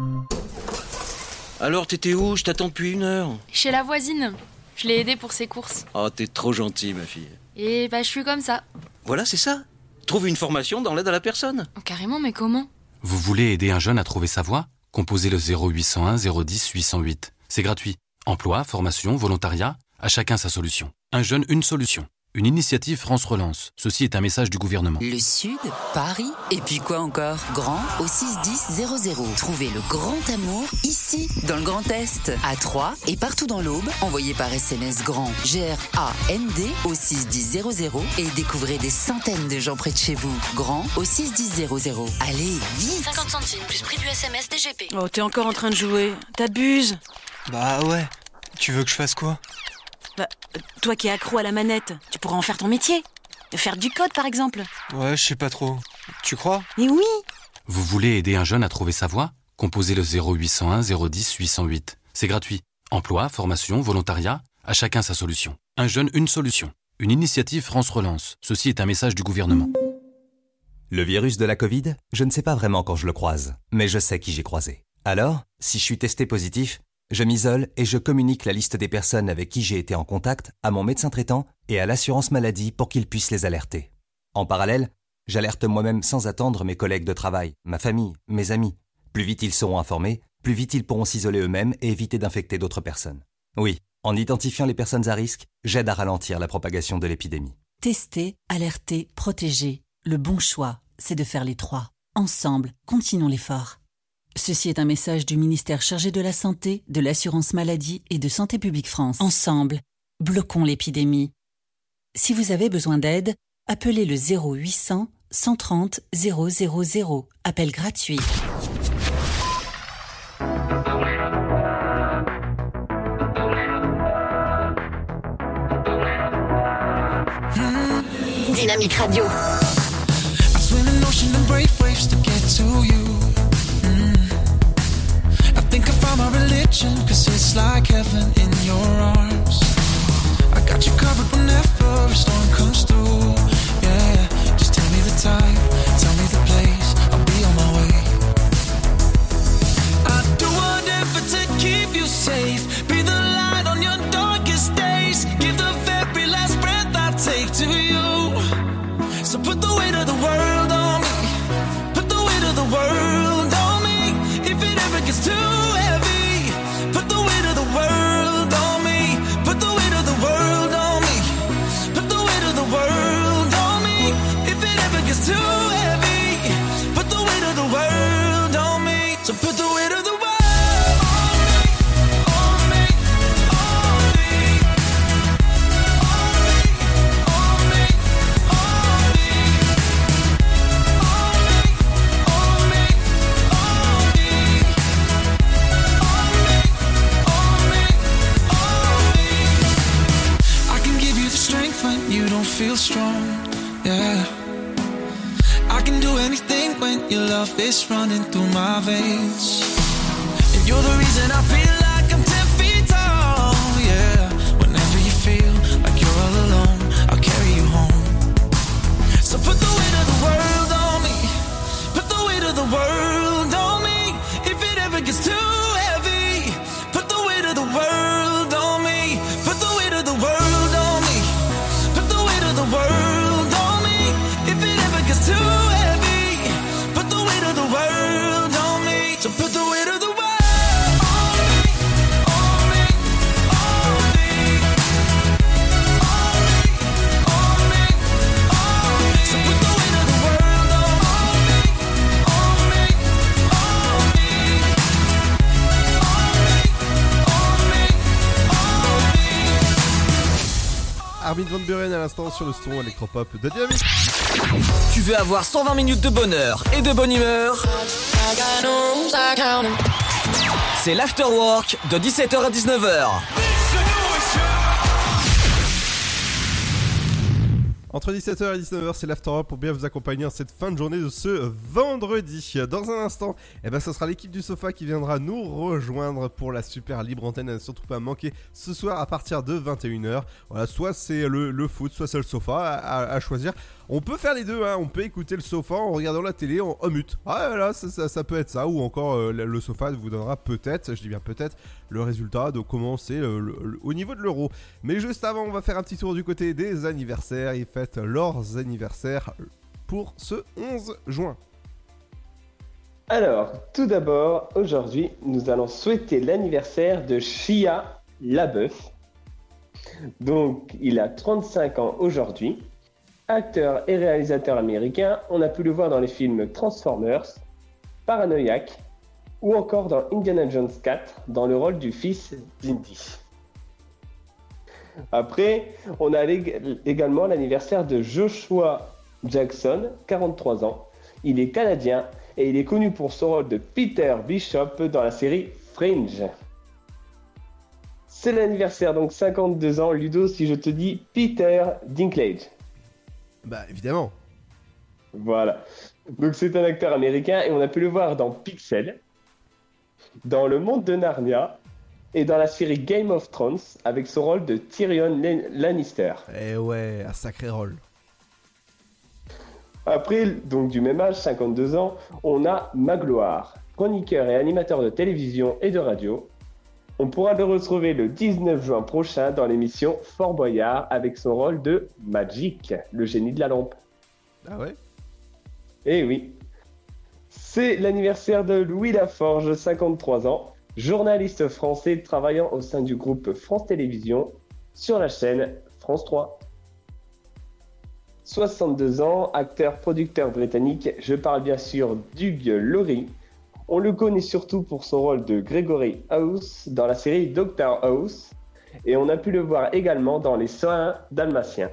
Alors, t'étais où? Je t'attends depuis 1 heure. Chez la voisine. Je l'ai aidée pour ses courses. Oh, t'es trop gentille, ma fille. Et je suis comme ça. Voilà, c'est ça. Trouve une formation dans l'aide à la personne. Oh, carrément, mais comment? Vous voulez aider un jeune à trouver sa voie? Composez le 0801 010 808. C'est gratuit. Emploi, formation, volontariat, à chacun sa solution. Un jeune, une solution. Une initiative France Relance. Ceci est un message du gouvernement. Le Sud, Paris, et puis quoi encore? Grand au 61000. Trouvez le grand amour ici, dans le Grand Est, à Troyes et partout dans l'Aube. Envoyez par SMS grand, G-R-A-N-D au 61000 et découvrez des centaines de gens près de chez vous. Grand au 61000. Allez, vite! 50 centimes plus prix du SMS DGP. Oh, t'es encore en train de jouer. T'abuses. Bah ouais. Tu veux que je fasse quoi? Bah, toi qui es accro à la manette, tu pourras en faire ton métier. Faire du code, par exemple. Ouais, je sais pas trop. Tu crois? Mais oui! Vous voulez aider un jeune à trouver sa voie? Composez le 0801 010 808. C'est gratuit. Emploi, formation, volontariat, à chacun sa solution. Un jeune, une solution. Une initiative France Relance. Ceci est un message du gouvernement. Le virus de la Covid, je ne sais pas vraiment quand je le croise, mais je sais qui j'ai croisé. Alors, si je suis testé positif, je m'isole et je communique la liste des personnes avec qui j'ai été en contact à mon médecin traitant et à l'assurance maladie pour qu'ils puissent les alerter. En parallèle, j'alerte moi-même sans attendre mes collègues de travail, ma famille, mes amis. Plus vite ils seront informés, plus vite ils pourront s'isoler eux-mêmes et éviter d'infecter d'autres personnes. Oui, en identifiant les personnes à risque, j'aide à ralentir la propagation de l'épidémie. Tester, alerter, protéger. Le bon choix, c'est de faire les trois. Ensemble, continuons l'effort. Ceci est un message du ministère chargé de la Santé, de l'Assurance Maladie et de Santé Publique France. Ensemble, bloquons l'épidémie. Si vous avez besoin d'aide, appelez le 0800 130 000. Appel gratuit. Dynamique Radio. I swim an ocean and brave waves to get to you. I think I found my religion, cause it's like heaven in your arms. I got you covered whenever a storm comes through. Yeah, just tell me the time, tell me the place, I'll be on my way. I'd do whatever to keep you safe, be the light on your darkest days, give the very last breath I take to you. So put the weight of the world on me, put the weight of the world on me. If it ever gets too heavy, put the weight of the world on me, put the weight of the world on me, put the weight of the world on me. If it ever gets too heavy, put the weight of the world on me. So put the weight of the world on me, on me, on me, on me, on me, on me, on me, on me. I can give you the strength when you don't feel strong, yeah. I can do anything when your love is running through my veins. And you're the reason I feel like I'm 10 feet tall, yeah. Whenever you feel like you're all alone, I'll carry you home. So put the weight of the world on me, put the weight of the world on me. If it ever gets too heavy, put the weight of the world on me, put the weight of the world on me, put the weight of the world on me. If it ever gets too heavy, put the weight of the world on me. So put the weight of the world on me, on me, on me, on me, on me, on me. So put the weight of the world on me, on me, on me, on me, on me. Armin van Buuren à l'instant sur le son électropop de Dynamique. Tu veux avoir 120 minutes de bonheur et de bonne humeur? C'est l'Afterwork de 17h à 19h. Entre 17h et 19h, c'est l'Afterwork pour bien vous accompagner en cette fin de journée de ce vendredi. Dans un instant, ce sera l'équipe du Sofa qui viendra nous rejoindre pour la super libre antenne à ne surtout pas manquer ce soir à partir de 21h. Voilà, soit c'est le foot, soit c'est le Sofa à choisir. On peut faire les deux, hein. On peut écouter le Sofa en regardant la télé en mute. Ah voilà, ça peut être ça, ou encore le Sofa vous donnera peut-être, je dis bien peut-être, le résultat de comment c'est au niveau de l'Euro. Mais juste avant, on va faire un petit tour du côté des anniversaires. Ils fêtent leurs anniversaires pour ce 11 juin. Alors, tout d'abord, aujourd'hui, nous allons souhaiter l'anniversaire de Shia, LaBeouf. Donc, il a 35 ans aujourd'hui. Acteur et réalisateur américain, on a pu le voir dans les films Transformers, Paranoiac, ou encore dans Indiana Jones 4, dans le rôle du fils d'Indy. Après, on a également l'anniversaire de Joshua Jackson, 43 ans. Il est canadien et il est connu pour son rôle de Peter Bishop dans la série Fringe. C'est l'anniversaire, donc 52 ans. Ludo, si je te dis Peter Dinklage. Bah, évidemment. Voilà. Donc, c'est un acteur américain et on a pu le voir dans Pixel, dans Le Monde de Narnia et dans la série Game of Thrones avec son rôle de Tyrion Lannister. Eh ouais, un sacré rôle. Après, donc du même âge, 52 ans, on a Magloire, chroniqueur et animateur de télévision et de radio. On pourra le retrouver le 19 juin prochain dans l'émission Fort Boyard avec son rôle de Magic, le génie de la lampe. Ah ouais? Eh oui. C'est l'anniversaire de Louis Laforge, 53 ans, journaliste français travaillant au sein du groupe France Télévisions sur la chaîne France 3. 62 ans, acteur, producteur britannique, je parle bien sûr d'Hugh Laurie. On le connaît surtout pour son rôle de Gregory House dans la série Doctor House et on a pu le voir également dans Les 101 Dalmatiens.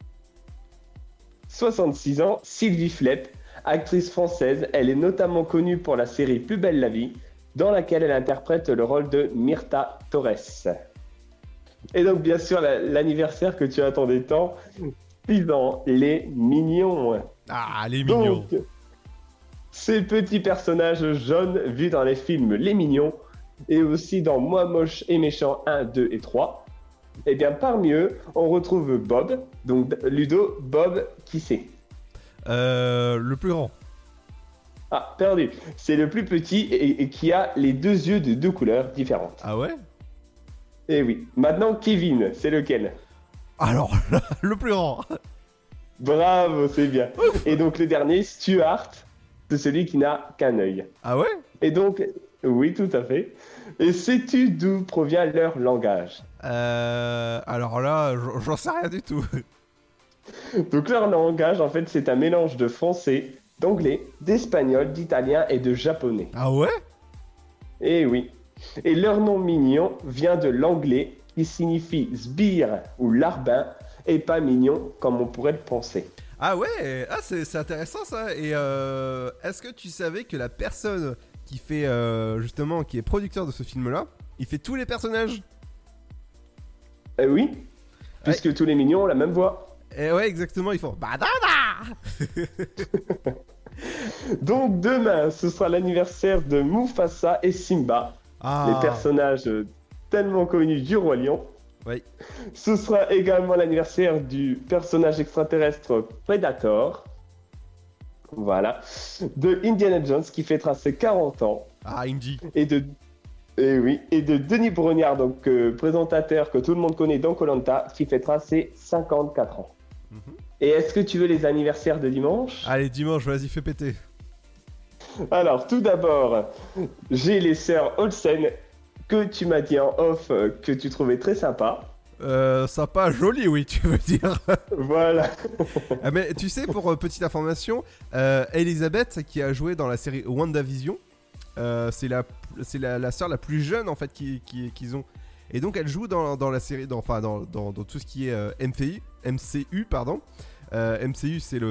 66 ans, Sylvie Flep, actrice française, elle est notamment connue pour la série Plus belle la vie, dans laquelle elle interprète le rôle de Myrta Torres. Et donc bien sûr l'anniversaire que tu attendais tant, 6 ans, les Mignons. Ah, les Mignons. Donc, ces petits personnages jaunes vus dans les films Les Mignons et aussi dans Moi moche et méchant 1, 2 et 3. Et bien parmi eux, on retrouve Bob. Donc Ludo, Bob, qui c'est? Le plus grand. Ah, perdu. C'est le plus petit et qui a les deux yeux de deux couleurs différentes. Ah ouais? Eh oui. Maintenant, Kevin, c'est lequel? Alors, le plus grand. Bravo, c'est bien. Et donc le dernier, Stuart, c'est celui qui n'a qu'un œil. Ah ouais? Et donc, oui, tout à fait. Et sais-tu d'où provient leur langage? Alors là, j'en sais rien du tout. Donc leur langage, en fait, c'est un mélange de français, d'anglais, d'espagnol, d'italien et de japonais. Ah ouais? Eh oui. Et leur nom mignon vient de l'anglais qui signifie sbire ou larbin et pas mignon comme on pourrait le penser. Ah ouais, ah c'est intéressant ça. Et est-ce que tu savais que la personne qui fait justement, qui est producteur de ce film-là, il fait tous les personnages? Oui, puisque tous les mignons ont la même voix. Et ouais, exactement, ils font badada. Donc demain, ce sera l'anniversaire de Mufasa et Simba, les personnages tellement connus du Roi Lion. Oui. Ce sera également l'anniversaire du personnage extraterrestre Predator. Voilà. De Indiana Jones qui fêtera ses 40 ans. Ah, Indy. Et de Denis Brognard, donc présentateur que tout le monde connaît dans Koh-Lanta, qui fêtera ses 54 ans. Et est-ce que tu veux les anniversaires de dimanche? Allez, dimanche, vas-y, fais péter. Alors, tout d'abord, j'ai les sœurs Olsen, que tu m'as dit en off que tu trouvais très sympa. Sympa, joli, oui, tu veux dire. Voilà. Ah, mais tu sais, pour petite information, Elisabeth, qui a joué dans la série WandaVision, c'est la sœur la plus jeune, en fait, qu'ils ont. Et donc, elle joue dans la série, dans tout ce qui est MCU, pardon. MCU, c'est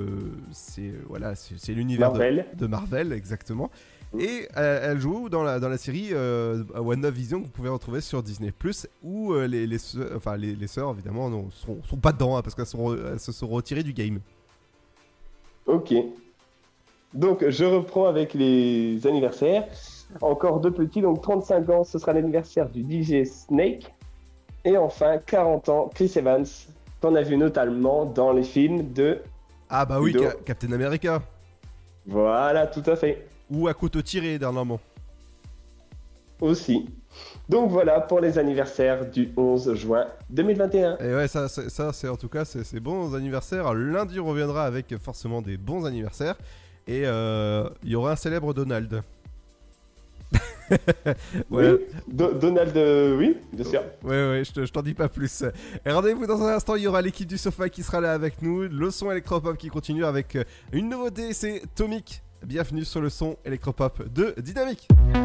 l'univers de Marvel, exactement. Et elle joue dans la série WandaVision que vous pouvez retrouver sur Disney+, où les sœurs, évidemment, sont pas dedans, hein, parce qu'elles se sont retirées du game. Ok. Donc, je reprends avec les anniversaires. Encore deux petits, donc 35 ans, ce sera l'anniversaire du DJ Snake. Et enfin, 40 ans, Chris Evans, qu'on a vu notamment dans les films de... Ah bah oui, Captain America. Voilà, tout à fait. Ou à couteau tiré, dernièrement. Aussi. Donc voilà pour les anniversaires du 11 juin 2021. Et ouais, ça c'est en tout cas, c'est bons anniversaires. Lundi, on reviendra avec forcément des bons anniversaires. Et il y aura un célèbre Donald. Ouais. Oui, Donald, oui, bien sûr. Ouais, je t'en dis pas plus. Et rendez-vous dans un instant, il y aura l'équipe du Sofa qui sera là avec nous. Le son électropop qui continue avec une nouveauté, c'est Tomic. Bienvenue sur le son électropop de Dynamique.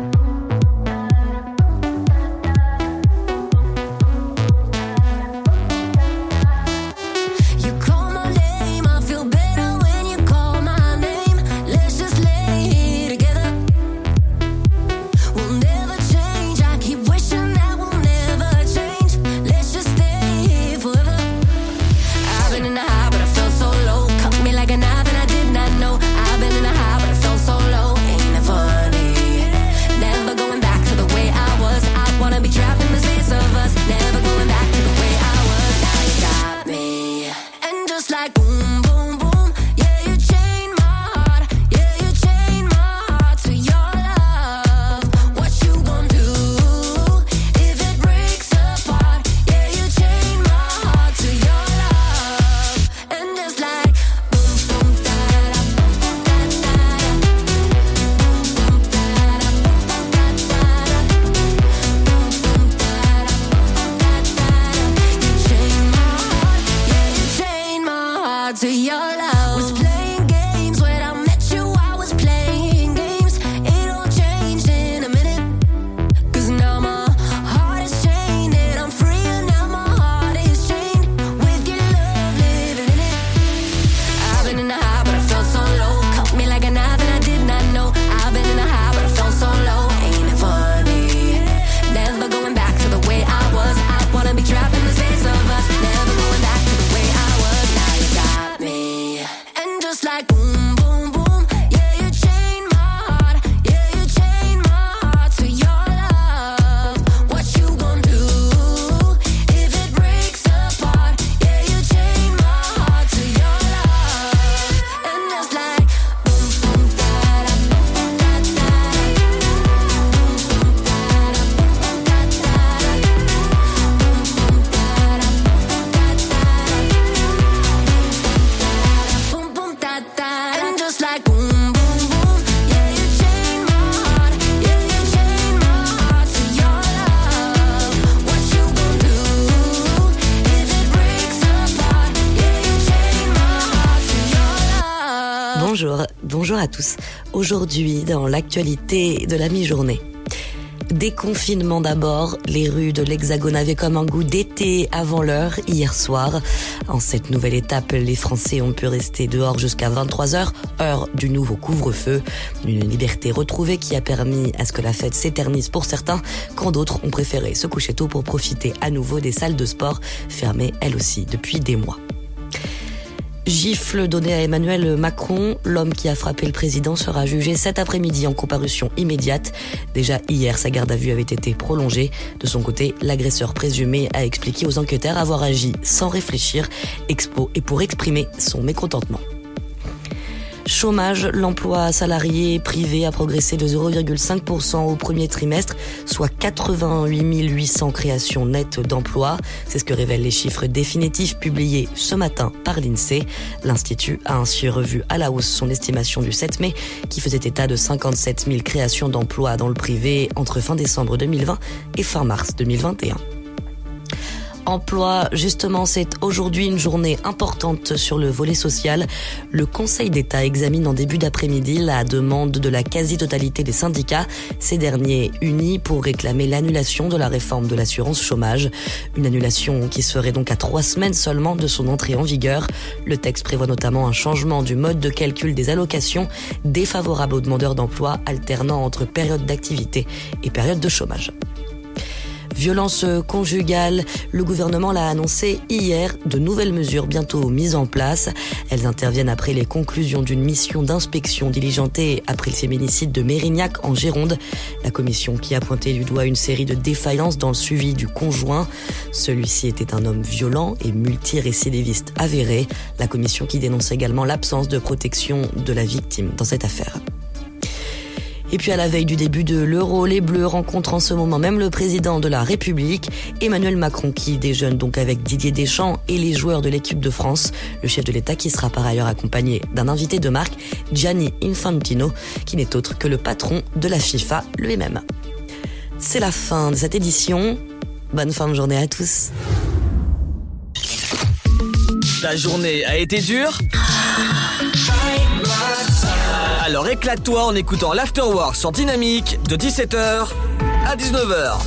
Bonjour à tous. Aujourd'hui, dans l'actualité de la mi-journée. Déconfinement d'abord, les rues de l'Hexagone avaient comme un goût d'été avant l'heure hier soir. En cette nouvelle étape, les Français ont pu rester dehors jusqu'à 23h, heure du nouveau couvre-feu. Une liberté retrouvée qui a permis à ce que la fête s'éternise pour certains, quand d'autres ont préféré se coucher tôt pour profiter à nouveau des salles de sport, fermées elles aussi depuis des mois. Gifle donnée à Emmanuel Macron, l'homme qui a frappé le président sera jugé cet après-midi en comparution immédiate. Déjà hier, sa garde à vue avait été prolongée. De son côté, l'agresseur présumé a expliqué aux enquêteurs avoir agi sans réfléchir, et pour exprimer son mécontentement. Chômage, l'emploi salarié privé a progressé de 0,5% au premier trimestre, soit 88 800 créations nettes d'emplois. C'est ce que révèlent les chiffres définitifs publiés ce matin par l'INSEE. L'Institut a ainsi revu à la hausse son estimation du 7 mai, qui faisait état de 57 000 créations d'emplois dans le privé entre fin décembre 2020 et fin mars 2021. Emploi, justement, c'est aujourd'hui une journée importante sur le volet social. Le Conseil d'État examine en début d'après-midi la demande de la quasi-totalité des syndicats, ces derniers unis pour réclamer l'annulation de la réforme de l'assurance chômage. Une annulation qui serait donc à 3 semaines seulement de son entrée en vigueur. Le texte prévoit notamment un changement du mode de calcul des allocations, défavorable aux demandeurs d'emploi alternant entre période d'activité et période de chômage. Violence conjugale, le gouvernement l'a annoncé hier, de nouvelles mesures bientôt mises en place. Elles interviennent après les conclusions d'une mission d'inspection diligentée après le féminicide de Mérignac en Gironde. La commission qui a pointé du doigt une série de défaillances dans le suivi du conjoint. Celui-ci était un homme violent et multirécidiviste avéré. La commission qui dénonce également l'absence de protection de la victime dans cette affaire. Et puis à la veille du début de l'Euro, les Bleus rencontrent en ce moment même le président de la République, Emmanuel Macron, qui déjeune donc avec Didier Deschamps et les joueurs de l'équipe de France. Le chef de l'État qui sera par ailleurs accompagné d'un invité de marque, Gianni Infantino, qui n'est autre que le patron de la FIFA lui-même. c'est la fin de cette édition. Bonne fin de journée à tous. Ta journée a été dure ? Alors éclate-toi en écoutant l'Afterwork sur Dynamique de 17h à 19h.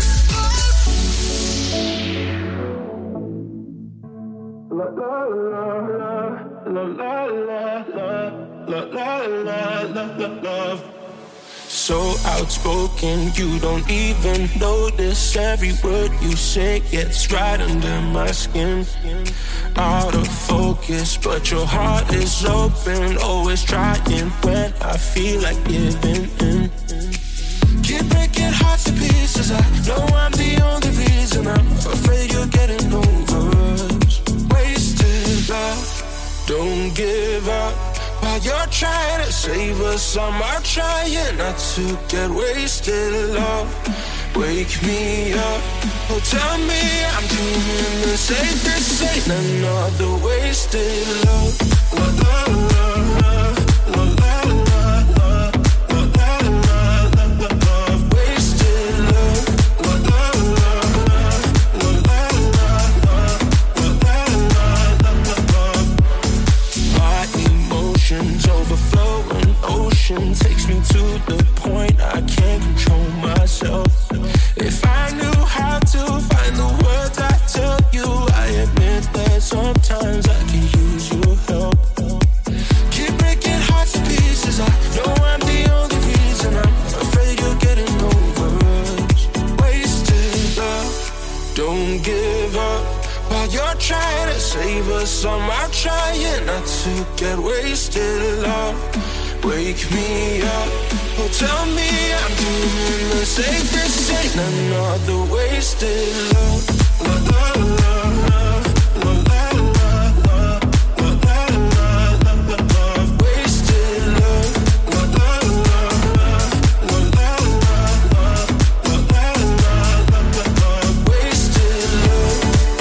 So outspoken, you don't even notice. Every word you say gets right under my skin. Out of focus, but your heart is open. Always trying when I feel like giving in. Keep breaking hearts to pieces. I know I'm the only reason. I'm afraid you're getting over us. Wasted love, don't give up. While you're trying to save us, I'm out trying not to get wasted. Love, wake me up. Oh, tell me I'm doing the same. This ain't another wasted love. Love, love, love, love, love, love, love, love, love, wasted love. Love, love, love, love, love, love, love, love. My emotions overflowing, ocean takes me to the point I can't control myself. If I knew how to find the words I tell you, I admit that sometimes I can use your help. Keep breaking hearts to pieces. I know I'm the only reason. I'm afraid you're getting over us. Wasted love, don't give up. While you're trying to save us, I'm out trying not to get wasted. Love, wake me up. Oh, tell me I'm doing the same. This ain't another wasted love. Love, love, love, love, love, love, love, love, love, love, wasted love. Love, love, love, love, love, love, love, love, wasted love.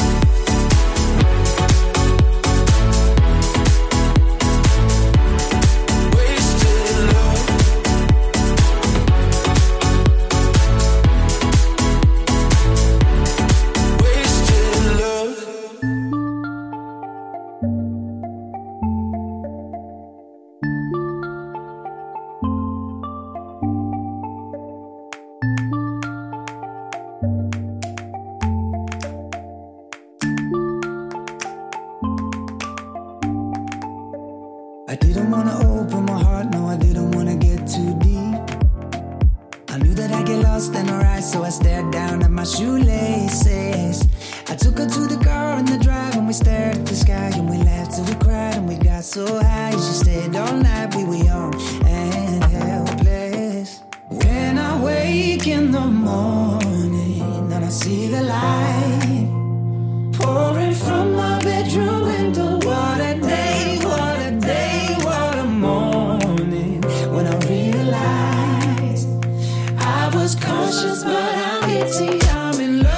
I didn't wanna open my heart, no, I didn't wanna get too deep. I knew that I'd get lost in her eyes, so I stared down at my shoelaces. I took her to the car in the drive, and we stared at the sky, and we laughed till we cried, and we got so high. She stayed all night, we were young and helpless. When I wake in the morning, and I see the light pouring from my bedroom window, what a day, what a day, what a morning. When I realized I was conscious, but I'm guilty, I'm in love.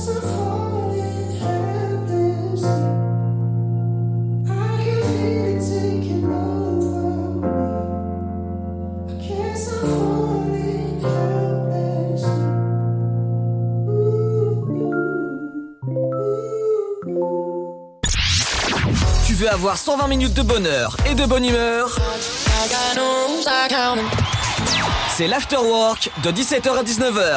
Tu veux avoir 120 minutes de bonheur et de bonne humeur? C'est l'Afterwork de 17h à 19h.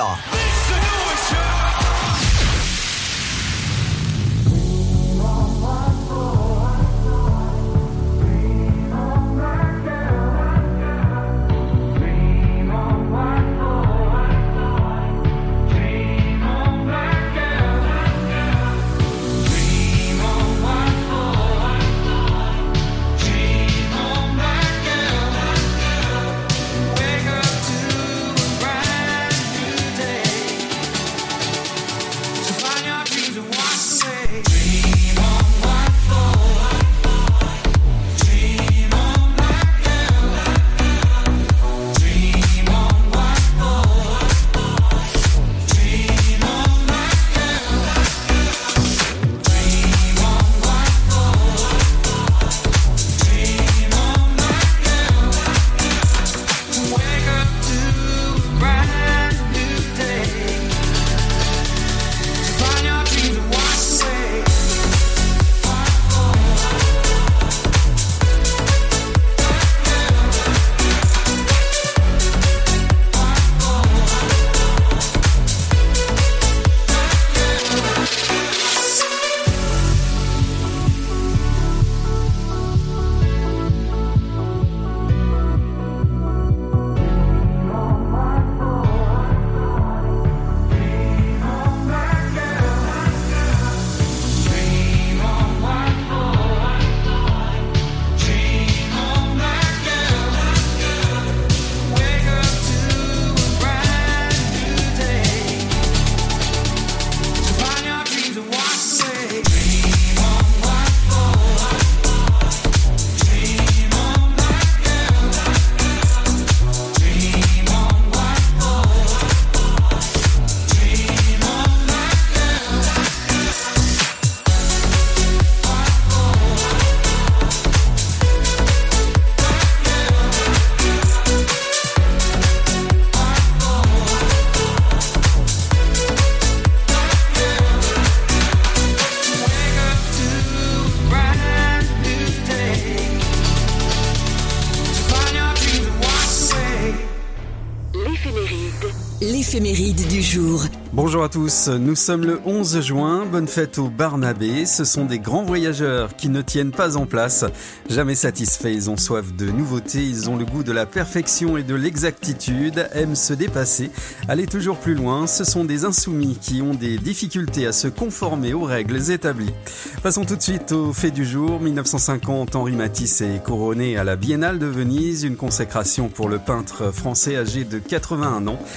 L'éphéméride du jour. Bonjour à tous, nous sommes le 11 juin, bonne fête aux Barnabés. Ce sont des grands voyageurs qui ne tiennent pas en place. Jamais satisfaits, ils ont soif de nouveautés, ils ont le goût de la perfection et de l'exactitude, aiment se dépasser, aller toujours plus loin. Ce sont des insoumis qui ont des difficultés à se conformer aux règles établies. Passons tout de suite au fait du jour. 1950, Henri Matisse est couronné à la Biennale de Venise, une consécration pour le peintre français âgé de 81 ans.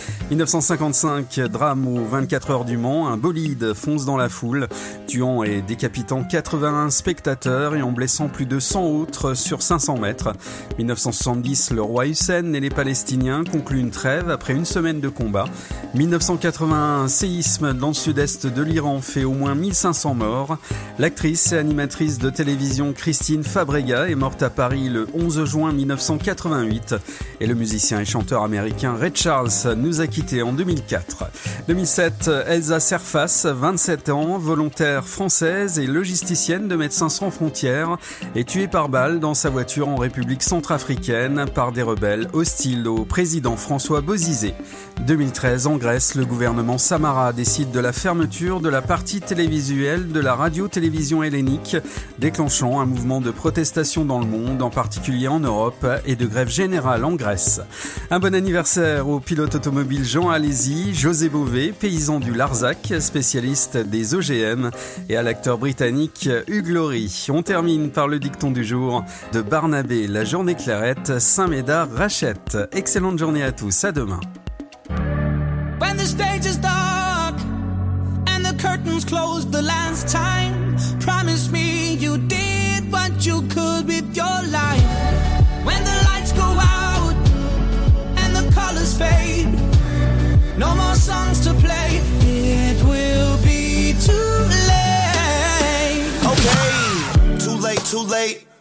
1955, drame aux 24 heures du Mans, un bolide fonce dans la foule, tuant et décapitant 81 spectateurs et en blessant plus de 100 autres sur 500 mètres. 1970, le roi Hussein et les Palestiniens concluent une trêve après une semaine de combat. 1981, un séisme dans le sud-est de l'Iran fait au moins 1500 morts. L'actrice et animatrice de télévision Christine Fabrega est morte à Paris le 11 juin 1988 et le musicien et chanteur américain Ray Charles nous a quittés en 2004. 2007, Elsa Serfas, 27 ans, volontaire française et logisticienne de Médecins sans frontières, est tuée par balle dans sa voiture en République centrafricaine par des rebelles hostiles au président François Bozizé. 2013, en Grèce, le gouvernement Samara décide de la fermeture de la partie télévisuelle de la radio-télévision hellénique, déclenchant un mouvement de protestation dans le monde, en particulier en Europe, et de grève générale en Grèce. Un bon anniversaire au pilote automobile Jean Alesi, José Bové, paysan du Larzac, spécialiste des OGM, et à l'acteur britannique Hugh Laurie. On termine par le dicton du jour de Barnabé, la journée clairette, Saint-Médard rachète. Excellente journée à tous, à demain. When the stage is dark and the curtains closed the last time, promise me you did what you could with your life. When the lights go out and the colors fade, no more songs to play, it will be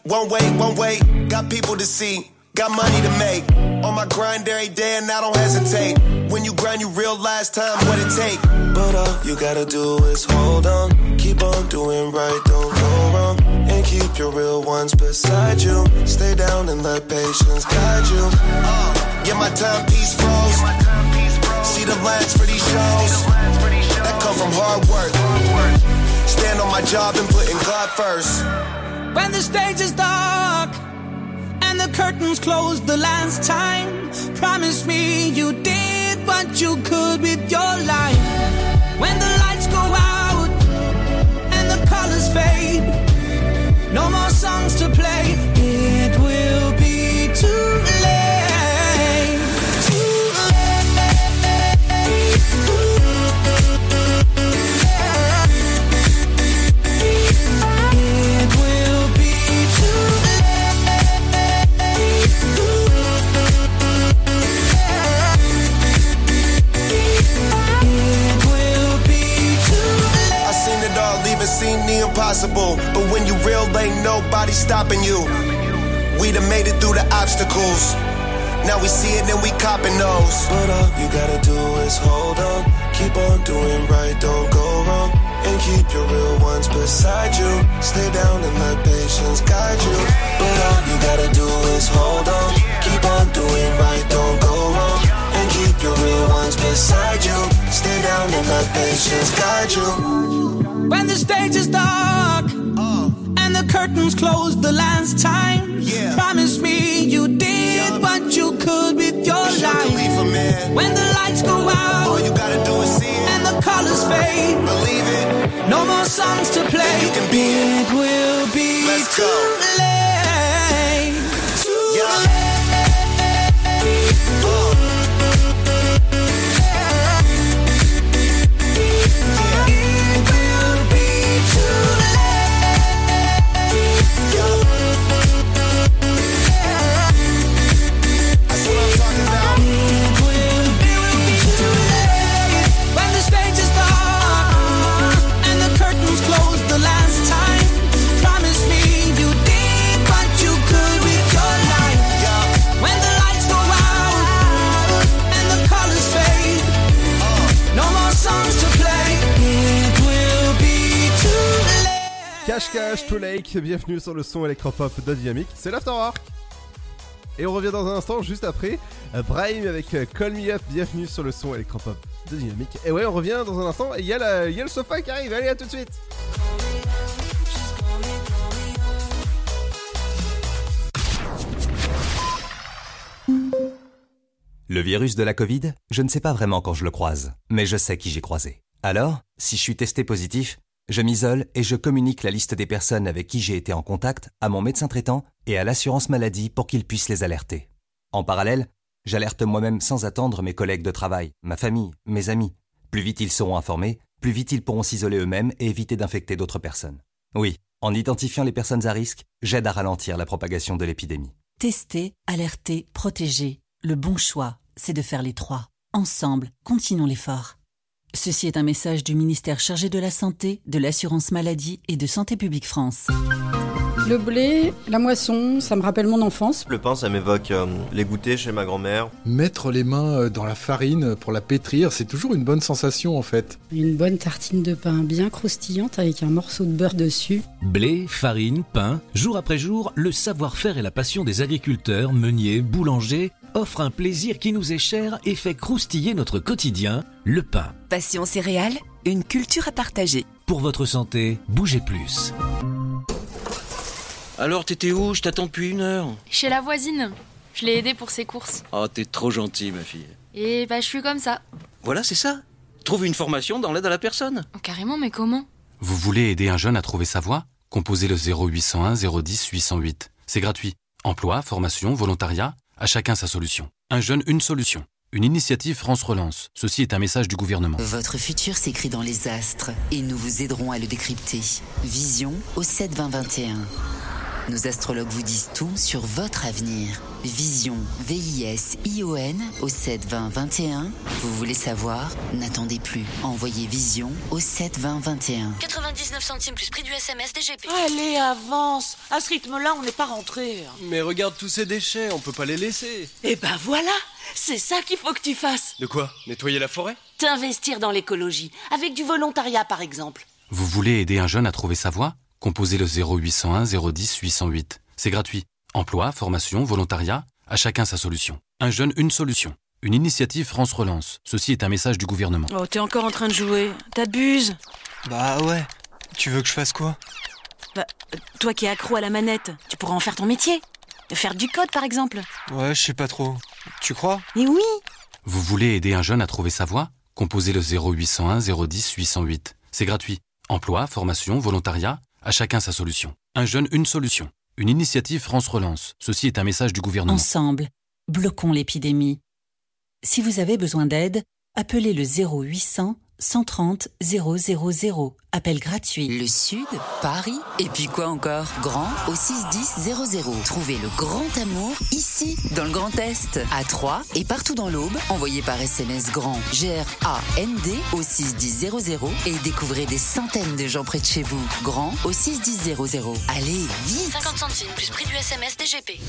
One way, got people to see, got money to make. On my grind every day and I don't hesitate. When you grind, you realize time what it take. But all you gotta do is hold on, keep on doing right, don't go wrong. And keep your real ones beside you. Stay down and let patience guide you. Yeah, my timepiece froze. See the lines for these shows that come from hard work. Stand on my job and putting God first. When the stage is dark and the curtains close the last time, promise me you did what you could with your life. When the lights go out and the colors fade, no more songs to play, it will be too late. Too late. It will be too late. It will be too late. I seen it all, even seen the impossible. But when you real, ain't nobody stopping you. We done made it through the obstacles. Now we see it and we copping those. But all you gotta do is hold on, keep on doing right, don't go wrong. And keep your real ones beside you. Stay down and let patience guide you. But all you gotta do is hold on, keep on doing right, don't go wrong. And keep your real ones beside you. Stay down and let patience guide you. When the stage is dark and the curtains close the last time, promise me you did what you could with your life. When the lights go out, all you gotta do is see it, and the colors fade, believe it, no more songs to play, you can be it will be Let's too go. late. Too Yeah. late. It will be too late. That's what I'm talking about. It will be too late. When the stage is dark and the curtains close the last time, promise me you did what you could with your life. When the lights go out and the colors fade, no more songs to play, it will be too late. Cache to Lake, bienvenue sur le son électropop de Dynamique, c'est l'Afterwork. Et on revient dans un instant, juste après, Brahim avec Call Me Up, bienvenue sur le son électropop de Dynamique. Et ouais, on revient dans un instant, et il y a le sofa qui arrive, allez, à tout de suite. Le virus de la Covid, je ne sais pas vraiment quand je le croise, mais je sais qui j'ai croisé. Alors, si je suis testé positif, je m'isole et je communique la liste des personnes avec qui j'ai été en contact à mon médecin traitant et à l'assurance maladie pour qu'ils puissent les alerter. En parallèle, j'alerte moi-même sans attendre mes collègues de travail, ma famille, mes amis. Plus vite ils seront informés, plus vite ils pourront s'isoler eux-mêmes et éviter d'infecter d'autres personnes. Oui, en identifiant les personnes à risque, j'aide à ralentir la propagation de l'épidémie. Tester, alerter, protéger. Le bon choix, c'est de faire les trois. Ensemble, continuons l'effort. Ceci est un message du ministère chargé de la Santé, de l'Assurance Maladie et de Santé Publique France. Le blé, la moisson, ça me rappelle mon enfance. Le pain, ça m'évoque les goûters chez ma grand-mère. Mettre les mains dans la farine pour la pétrir, c'est toujours une bonne sensation en fait. Une bonne tartine de pain bien croustillante avec un morceau de beurre dessus. Blé, farine, pain, jour après jour, le savoir-faire et la passion des agriculteurs, meuniers, boulangers offrent un plaisir qui nous est cher et fait croustiller notre quotidien, le pain. Passion céréales, une culture à partager. Pour votre santé, bougez plus. Alors, t'étais où? Je t'attends depuis 1 heure. Chez la voisine. Je l'ai aidée pour ses courses. Oh, t'es trop gentille, ma fille. Et bah, je suis comme ça. Voilà, c'est ça. Trouve une formation dans l'aide à la personne. Oh, carrément, mais comment? Vous voulez aider un jeune à trouver sa voie? Composez le 0801 010 808. C'est gratuit. Emploi, formation, volontariat, à chacun sa solution. Un jeune, une solution. Une initiative France Relance. Ceci est un message du gouvernement. Votre futur s'écrit dans les astres et nous vous aiderons à le décrypter. Vision au 7 20 21. Nos astrologues vous disent tout sur votre avenir. Vision, V-I-S-I-O-N au 7 20 21. Vous voulez savoir? N'attendez plus. Envoyez Vision au 7 20 21. 99 centimes plus prix du SMS DGP. Allez, avance. À ce rythme-là, on n'est pas rentré. Mais regarde tous ces déchets, on peut pas les laisser. Eh ben voilà, c'est ça qu'il faut que tu fasses. De quoi? Nettoyer la forêt? T'investir dans l'écologie, avec du volontariat par exemple. Vous voulez aider un jeune à trouver sa voie? Composez le 0801 010 808. C'est gratuit. Emploi, formation, volontariat, à chacun sa solution. Un jeune, une solution. Une initiative France Relance. Ceci est un message du gouvernement. Oh, t'es encore en train de jouer. T'abuses. Bah ouais. Tu veux que je fasse quoi? Bah, toi qui es accro à la manette, tu pourrais en faire ton métier. Faire du code par exemple. Ouais, je sais pas trop. Tu crois? Et oui. Vous voulez aider un jeune à trouver sa voie? Composez le 0801 010 808. C'est gratuit. Emploi, formation, volontariat, à chacun sa solution. Un jeune, une solution. Une initiative France Relance. Ceci est un message du gouvernement. Ensemble, bloquons l'épidémie. Si vous avez besoin d'aide, appelez le 0800 130 000. Appel gratuit. Le Sud, Paris, et puis quoi encore? Grand au 610 00. Trouvez le grand amour ici, dans le Grand Est, à Troyes et partout dans l'Aube. Envoyez par SMS grand GRAND au 610 00 et découvrez des centaines de gens près de chez vous. Grand au 610 00. Allez, vite! 50 centimes plus prix du SMS DGP.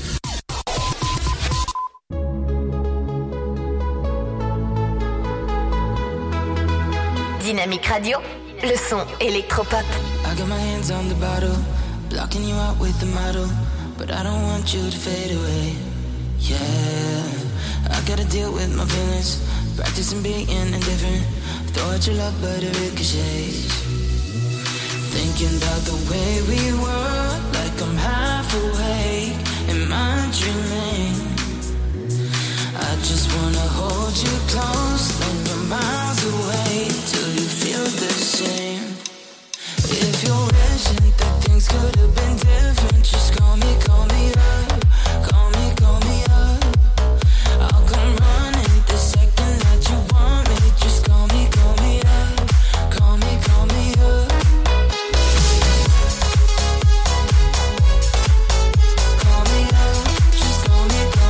Dynamique Radio, le son électropop. I got my hands on the bottle, blocking you out with the model, but I don't want you to fade away. Yeah, I gotta deal with my feelings, practicing being indifferent. Throw out your love, but it ricochets. Thinking about the way we were, like I'm half awake. Am I dreaming? I just wanna hold you close when you're miles away, till you feel the same. If you're wishing that things could have been different, just call me up, call me up. I'll come running the second that you want me. Just call me up, call me up. Call me up, just call me up.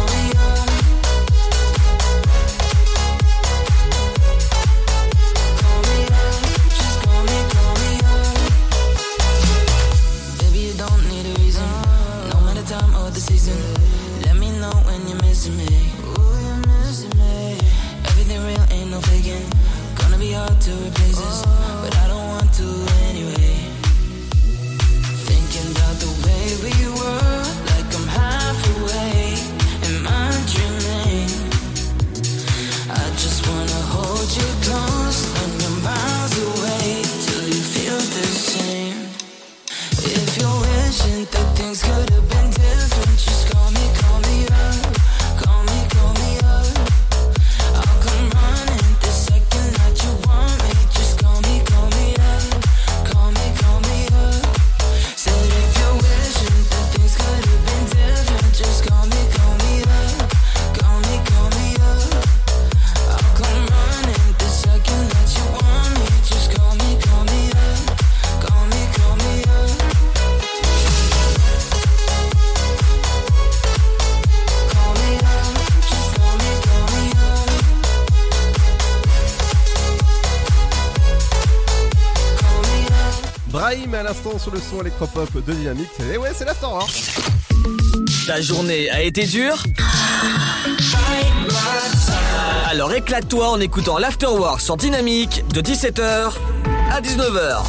Time or the season, let me know when you're missing me. Ooh, you're missing me. Everything real, ain't no faking. Gonna be hard to replace this, but I don't want to anyway. Thinking about the way we were, like I'm half away. Am I dreaming? I just wanna hold you close when you're miles away, till you feel the same. If you're wishing that things could have been different, just call me up, call me up. I'll come running the second that you want me. Just call me up, call me up. Said if you're wishing that things could have been different, just call me up, call me up. I'll come running the second that you want me. Just call me up, call me up. Brahim à l'instant sur le son électropop de Dynamique. Et ouais, c'est l'Afterwork. Ta journée a été dure? Alors éclate-toi en écoutant l'Afterwork sur Dynamique de 17h à 19h.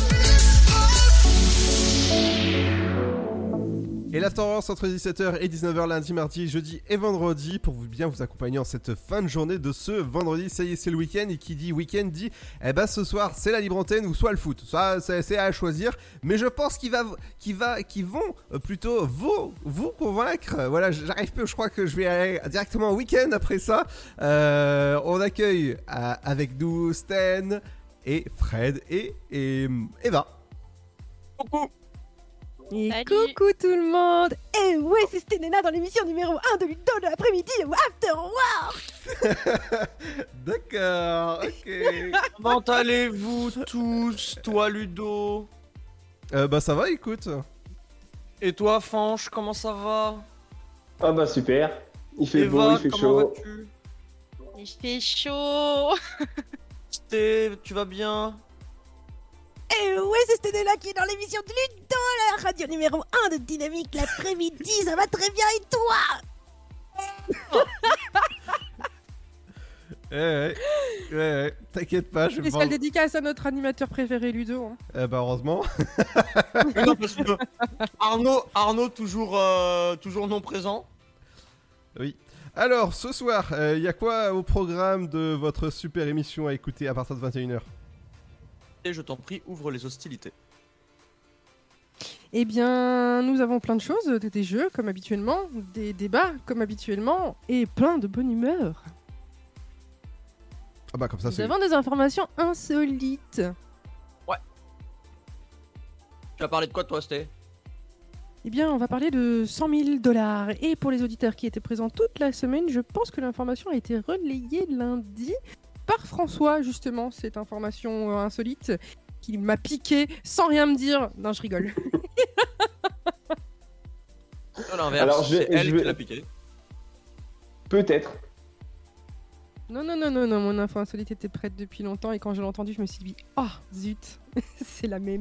Et l'Afterwork entre 17h et 19h lundi, mardi, jeudi et vendredi pour bien vous accompagner en cette fin de journée de ce vendredi. Ça y est, c'est le week-end et qui dit week-end dit ce soir c'est la libre antenne ou soit le foot. Ça c'est à choisir, mais je pense qu'ils vont plutôt vous convaincre. Voilà, j'arrive peu, je crois que je vais aller directement au week-end après ça. On accueille avec nous Sten et Fred et Eva. Coucou. Et coucou tout le monde. Et ouais, c'est Stenena dans l'émission numéro 1 de Ludo de l'après-midi Afterwork. D'accord, ok. Comment allez-vous tous, toi Ludo? Ça va, écoute. Et toi Fanche, comment ça va? Ah bah super. Il fait Eva, beau, il fait comment chaud. vas-tu? Il fait chaud. Steve, tu vas bien? Et ouais, c'est Sténéla qui est dans l'émission de Ludo, la radio numéro 1 de Dynamique l'après-midi. Ça va très bien et toi? Ouais, t'inquiète pas, je vais Spécial dédicace à notre animateur préféré Ludo. Hein. Bah heureusement. Non, parce que Arnaud toujours non présent. Oui. Alors, ce soir, il y a quoi au programme de votre super émission à écouter à partir de 21h? Et je t'en prie, ouvre les hostilités. Eh bien, nous avons plein de choses, des jeux comme habituellement, des débats comme habituellement, et plein de bonne humeur. Ah bah comme ça Nous avons des informations insolites. Ouais. Tu vas parler de quoi toi, Sté? Eh bien, on va parler de 100 000 $. Et pour les auditeurs qui étaient présents toute la semaine, je pense que l'information a été relayée lundi par François, justement, cette information insolite qu'il m'a piqué sans rien me dire. Non, je rigole. Non, l'inverse, c'est elle qui l'a piqué. Peut-être. Non, mon info insolite était prête depuis longtemps et quand je l'ai entendue, je me suis dit « Oh, zut, c'est la même !»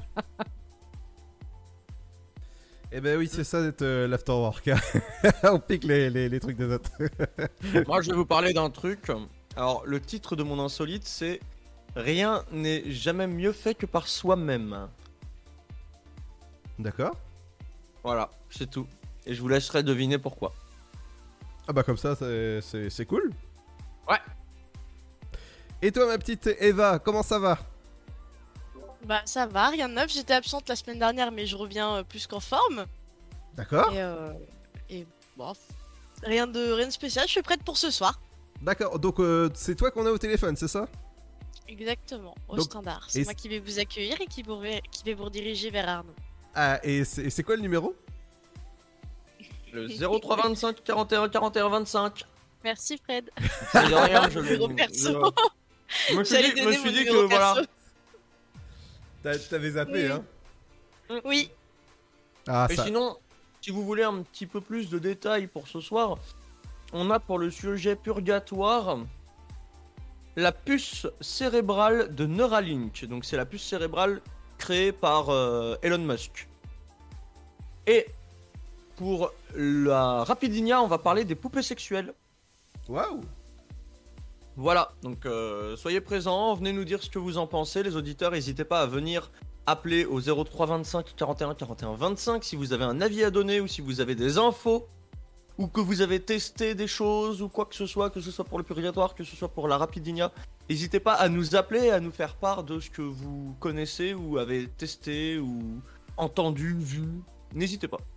Eh ben oui, c'est ça d'être l'afterwork. On pique les trucs des autres. Moi, je vais vous parler d'un truc. Alors, le titre de mon insolite, c'est « Rien n'est jamais mieux fait que par soi-même ». D'accord. Voilà, c'est tout. Et je vous laisserai deviner pourquoi. Ah bah comme ça, c'est cool. Ouais. Et toi, ma petite Eva, comment ça va? Bah ça va, rien de neuf. J'étais absente la semaine dernière, mais je reviens plus qu'en forme. D'accord. Et bon, rien de spécial. Je suis prête pour ce soir. D'accord. Donc c'est toi qu'on a au téléphone, c'est ça? Exactement, au Donc, standard. C'est moi qui vais vous accueillir et qui vais vous rediriger vers Arnaud. Ah, et c'est quoi le numéro? Le 0325 41 41 25. Merci Fred. C'est de rien, je Numéro perso. Je me suis dit que voilà. T'avais zappé, hein? Oui. Ah, et ça... sinon, si vous voulez un petit peu plus de détails pour ce soir, on a pour le sujet purgatoire la puce cérébrale de Neuralink. Donc c'est la puce cérébrale créée par Elon Musk. Et pour la Rapidinia, on va parler des poupées sexuelles. Waouh! Voilà, donc soyez présents, venez nous dire ce que vous en pensez. Les auditeurs, n'hésitez pas à venir appeler au 03 25 41 41 25 si vous avez un avis à donner ou si vous avez des infos ou que vous avez testé des choses ou quoi que ce soit pour le purgatoire, que ce soit pour la Rapidinia. N'hésitez pas à nous appeler, à nous faire part de ce que vous connaissez ou avez testé ou entendu, vu. N'hésitez pas.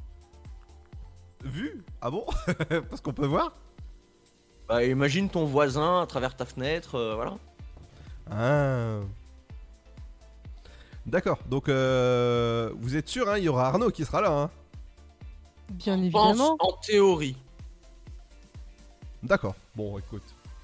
Vu? Ah bon? Parce qu'on peut voir? Bah imagine ton voisin à travers ta fenêtre, voilà. Ah. D'accord, donc vous êtes sûr, hein, il y aura Arnaud qui sera là, hein? Bien évidemment. En théorie. D'accord, bon écoute.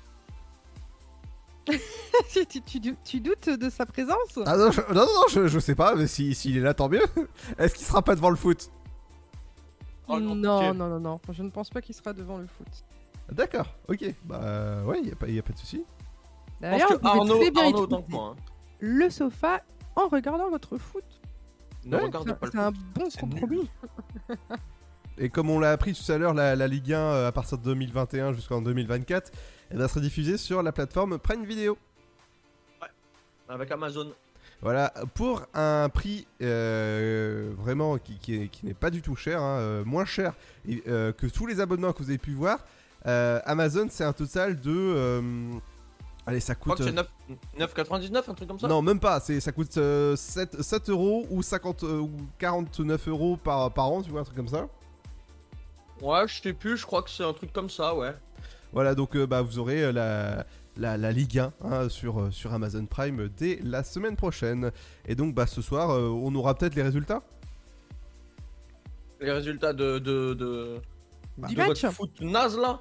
tu doutes de sa présence? Ah non, je sais pas, mais s'il est là, tant mieux. Est-ce qu'il sera pas devant le foot? Oh, non, je ne pense pas qu'il sera devant le foot. D'accord, ok, bah ouais, y a pas de souci. D'ailleurs, que vous pouvez très bien Arnaud écouter autant que moi. Hein. Le sofa en regardant votre foot. Ne regardez pas le foot. C'est un bon compromis. Et comme on l'a appris tout à l'heure, la Ligue 1 à partir de 2021 jusqu'en 2024, elle va se diffuser sur la plateforme Prime Video. Ouais, avec Amazon. Voilà, pour un prix vraiment qui n'est pas du tout cher, hein, moins cher que tous les abonnements que vous avez pu voir. Amazon, c'est un total de... allez, ça coûte... Je crois que c'est 9,99, un truc comme ça. Non, même pas, ça coûte 7 euros ou 50 ou 49 euros par an, tu vois, un truc comme ça. Ouais, je sais plus, je crois que c'est un truc comme ça, ouais. Voilà, donc vous aurez la Ligue 1 hein, sur Amazon Prime dès la semaine prochaine. Et donc ce soir, on aura peut-être les résultats. Les résultats de du match votre foot naze là.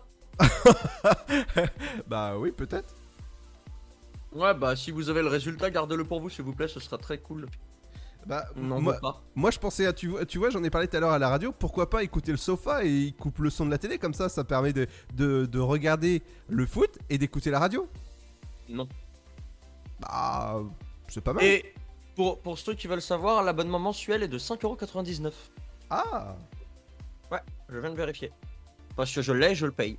Bah oui, peut-être. Ouais, bah si vous avez le résultat, gardez-le pour vous s'il vous plaît, ce sera très cool. Bah, On n'en moi, veut pas. moi je pensais à, tu vois, j'en ai parlé tout à l'heure à la radio, pourquoi pas écouter le sofa et il coupe le son de la télé, comme ça permet de regarder le foot et d'écouter la radio. Non. Bah, c'est pas mal. Et pour ceux qui veulent savoir, l'abonnement mensuel est de 5,99€. Ah. Ouais, je viens de vérifier. Parce que je l'ai, je le paye.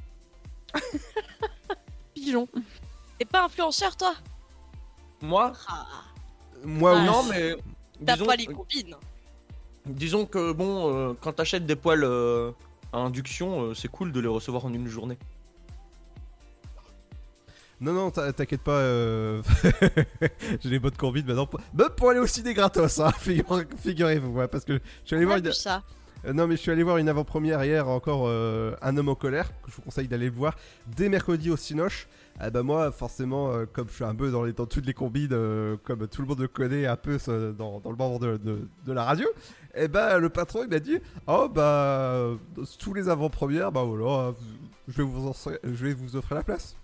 Pigeon. T'es pas influenceur, toi? Moi Moi, oui. Non, mais... T'as disons- pas les combines. Disons que bon, quand t'achètes des poêles à induction, c'est cool de les recevoir en une journée. Non, t'inquiète pas, j'ai les bonnes combines maintenant. Même pour aller au ciné gratos, hein, figurez-vous, ouais, parce que je suis allé voir ça. Non, mais je suis allé voir une avant-première hier, encore Un homme en colère, que je vous conseille d'aller le voir dès mercredi au Cinoche. Bah moi, forcément, comme je suis un peu dans toutes les combines, comme tout le monde le connaît un peu dans le membre de la radio, et bah le patron il m'a dit, oh bah tous les avant-premières, bah voilà, je vais vous offrir la place.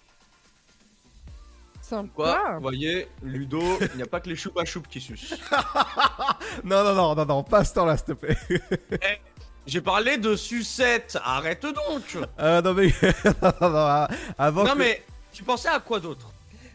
Sympa. Quoi Vous voyez, Ludo, il n'y a pas que les choupa choups qui sucent. Non, pas à ce temps-là, s'il te plaît. J'ai parlé de sucette, arrête donc. Non mais avant. Non mais tu pensais à quoi d'autre?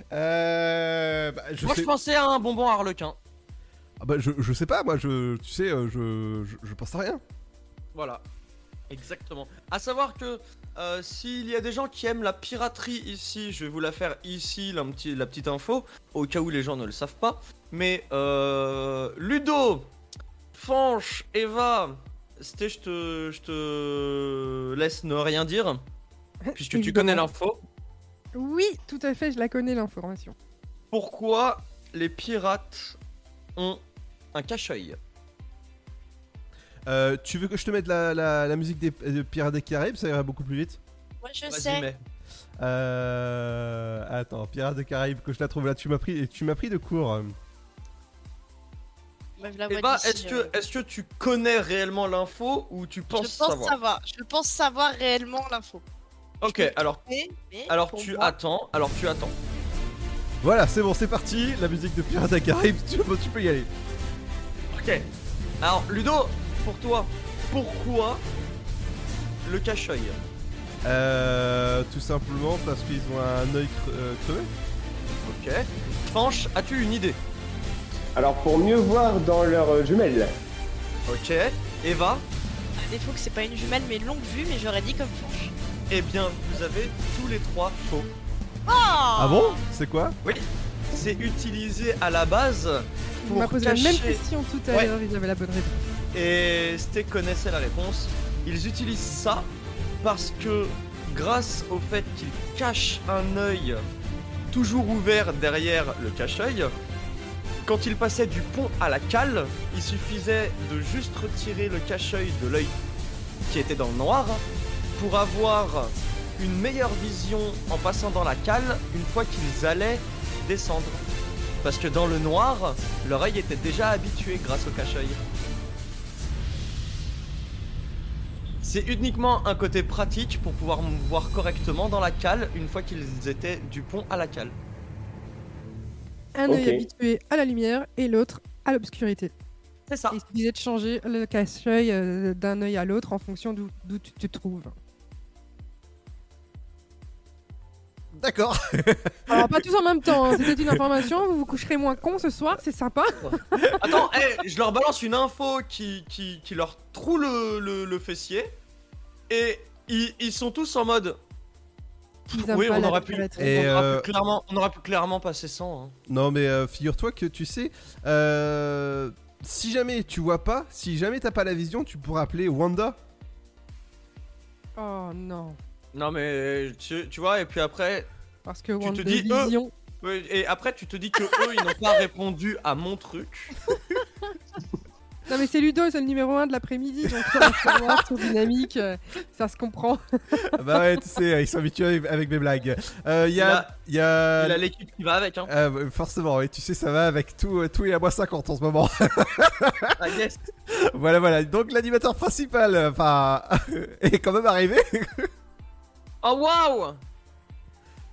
Je pensais à un bonbon harlequin. Ah bah je sais pas, moi tu sais, je pense à rien. Voilà, exactement. À savoir que s'il y a des gens qui aiment la piraterie ici, je vais vous la faire ici, la petite info, au cas où les gens ne le savent pas. Mais Ludo, Fanch, Eva, Sté, je te laisse ne rien dire, puisque tu connais l'info. Oui, tout à fait, je la connais l'information. Pourquoi les pirates ont un cache-œil? Tu veux que je te mette la musique des Pirates des Caraïbes? Ça ira beaucoup plus vite. Moi je Vas-y, sais. mets. Attends, Pirates des Caraïbes, que je la trouve là. Tu m'as pris de court. Moi, je la vois Eva, d'ici, est-ce que tu connais réellement l'info ou tu penses savoir? Je pense savoir réellement l'info. Ok, alors pour tu moi- attends. Voilà, c'est bon, c'est parti. La musique de Pirates des Caraïbes, tu peux y aller. Ok. Alors Ludo, pour toi, pourquoi le cache-œil? Tout simplement parce qu'ils ont un œil crevé. Ok. Fanch, as-tu une idée? Alors pour mieux voir dans leurs jumelles. Ok. Eva? À défaut que c'est pas une jumelle mais longue vue, mais j'aurais dit comme Fanch. Eh bien, vous avez tous les trois faux. Oh Ah bon? C'est quoi? Oui. C'est utilisé à la base On pour m'a posé cacher... la même question tout à Ouais. l'heure, ils avaient la bonne réponse. Et Sté connaissait la réponse. Ils utilisent ça parce que grâce au fait qu'ils cachent un œil toujours ouvert derrière le cache-œil, quand ils passaient du pont à la cale, il suffisait de juste retirer le cache-œil de l'œil qui était dans le noir pour avoir une meilleure vision en passant dans la cale une fois qu'ils allaient descendre. Parce que dans le noir, leur œil était déjà habitué grâce au cache-œil. C'est uniquement un côté pratique pour pouvoir me voir correctement dans la cale une fois qu'ils étaient du pont à la cale. Un œil habitué à la lumière et l'autre à l'obscurité. C'est ça. Il suffisait de changer le cache-œil d'un œil à l'autre en fonction d'où tu te trouves. D'accord. Alors pas tous en même temps, hein. C'était une information, vous vous coucherez moins con ce soir, c'est sympa. Attends, je leur balance une info qui leur troue le fessier et ils sont tous en mode... Oui, on aurait pu clairement passer 100. Hein. Non mais figure-toi que tu sais, si jamais tu vois pas, si jamais t'as pas la vision, tu pourras appeler Wanda. Oh non. Non mais tu vois, et puis après... Parce que tu te Wanda dis vision. Et après tu te dis que eux ils n'ont pas répondu à mon truc. Non mais c'est Ludo, c'est le numéro 1 de l'après-midi, donc ça va savoir sur Dynamique, ça se comprend. Bah ouais, tu sais, ils sont habitués avec mes blagues. Il a l'équipe qui va avec, hein. Forcément, oui, tu sais, ça va avec tout et à moins 50 en ce moment. Ah yes. Voilà, donc l'animateur principal, est quand même arrivé. Oh waouh.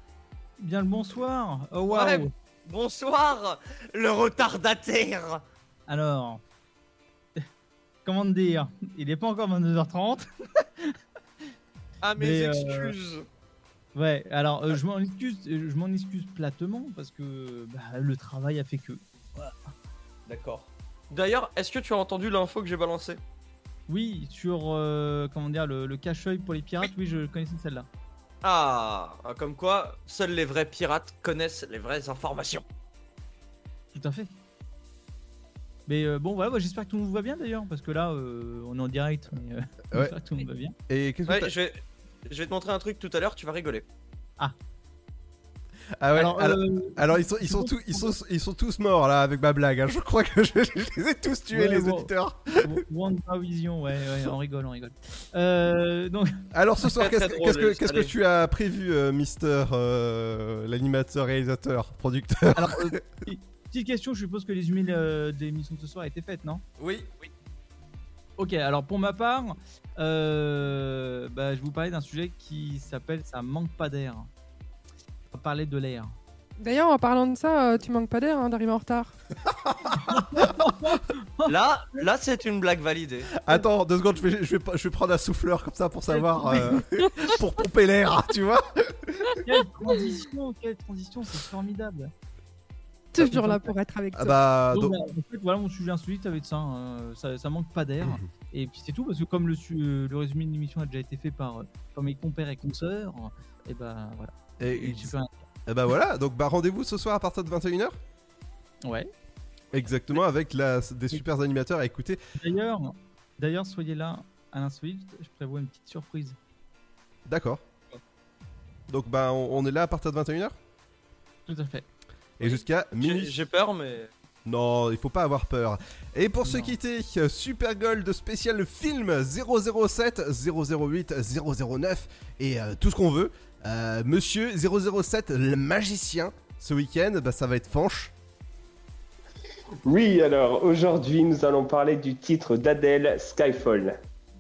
Bien le bonsoir. Oh waouh. Ouais, bonsoir, le retardataire. Alors, comment te dire, il est pas encore 22h30. Ah, mes excuses. Ouais, alors je m'en excuse platement parce que le travail a fait que. Voilà. D'accord. D'ailleurs, est-ce que tu as entendu l'info que j'ai balancée? Oui, sur comment dire le cache-œil pour les pirates. Oui, je connaissais celle-là. Ah, comme quoi, seuls les vrais pirates connaissent les vraies informations. Tout à fait. Mais bon, voilà, j'espère que tout le monde va bien d'ailleurs, parce que là, on est en direct, mais j'espère que tout le monde va bien. Et qu'est-ce que je vais te montrer un truc tout à l'heure, tu vas rigoler. Ah. Ah ouais. Alors ils sont tous morts là avec ma blague. Hein. Je crois que je les ai tous tués les auditeurs. WandaVision, ouais, on rigole. Donc. Alors ce soir, qu'est-ce que tu as prévu, Mister l'animateur, réalisateur, producteur? Alors, petite question, je suppose que les emails des émissions de ce soir étaient faites, non? Oui. Ok, alors pour ma part, je vais vous parler d'un sujet qui s'appelle « Ça manque pas d'air ». On va parler de l'air. D'ailleurs, en parlant de ça, tu manques pas d'air d'arriver en retard. Là, c'est une blague validée. Attends, 2 secondes, je vais prendre un souffleur comme ça pour savoir, pour pomper l'air, tu vois. Quelle transition, c'est formidable. Toujours là pour être avec toi. En fait, voilà, mon sujet insolite avec ça, ça manque pas d'air. Et puis c'est tout, parce que comme le résumé de l'émission a déjà été fait par mes compères et consoeurs, et voilà. Et voilà, donc rendez-vous ce soir à partir de 21h. Ouais. Exactement, avec des super animateurs à écouter. D'ailleurs, soyez là à l'insolite, je prévois une petite surprise. D'accord. Donc on est là à partir de 21h. Tout à fait. Et jusqu'à minuit. J'ai peur, mais... Non, il faut pas avoir peur. Et pour se quitter, Super Gold spécial film 007, 008, 009 et tout ce qu'on veut. Monsieur 007, le magicien, ce week-end, ça va être Fanche. Oui, alors aujourd'hui nous allons parler du titre d'Adèle, Skyfall.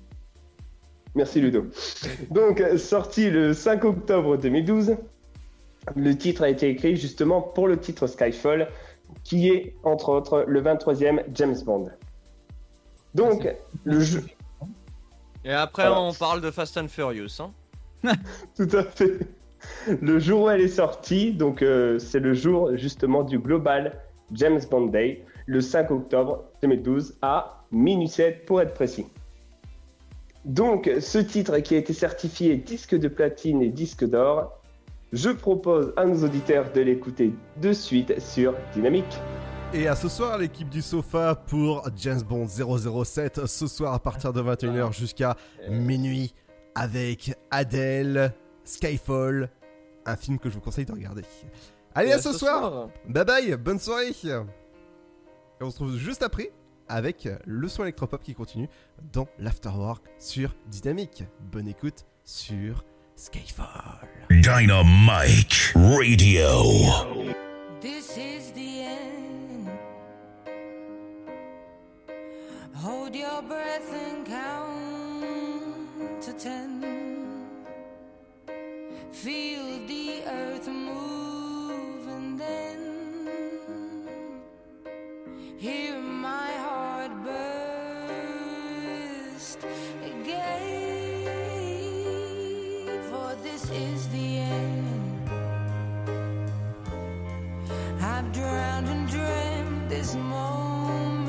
Merci Ludo. Donc sorti le 5 octobre 2012, le titre a été écrit justement pour le titre Skyfall, qui est entre autres le 23e James Bond. Donc le jeu... Et après on parle de Fast and Furious, hein. Tout à fait. Le jour où elle est sortie, donc c'est le jour justement du Global James Bond Day, le 5 octobre 2012 à minuit 7 pour être précis. Donc ce titre qui a été certifié disque de platine et disque d'or, je propose à nos auditeurs de l'écouter de suite sur Dynamique. Et à ce soir, l'équipe du sofa pour James Bond 007, ce soir à partir de 21h jusqu'à minuit, avec Adèle, Skyfall, un film que je vous conseille de regarder. Allez, à ce soir. Bye bye, bonne soirée. Et on se retrouve juste après avec le son électropop qui continue dans l'Afterwork sur Dynamique. Bonne écoute sur Skyfall. Dynamite Radio. This is the end. Hold your breath and count to 10. Feel the earth move and then hear my heart burst again. For this is the end. I've drowned and dreamt this moment,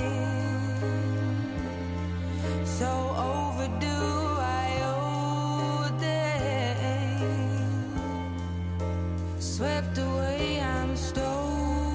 so overdue I owe them. Swept away, I'm stolen.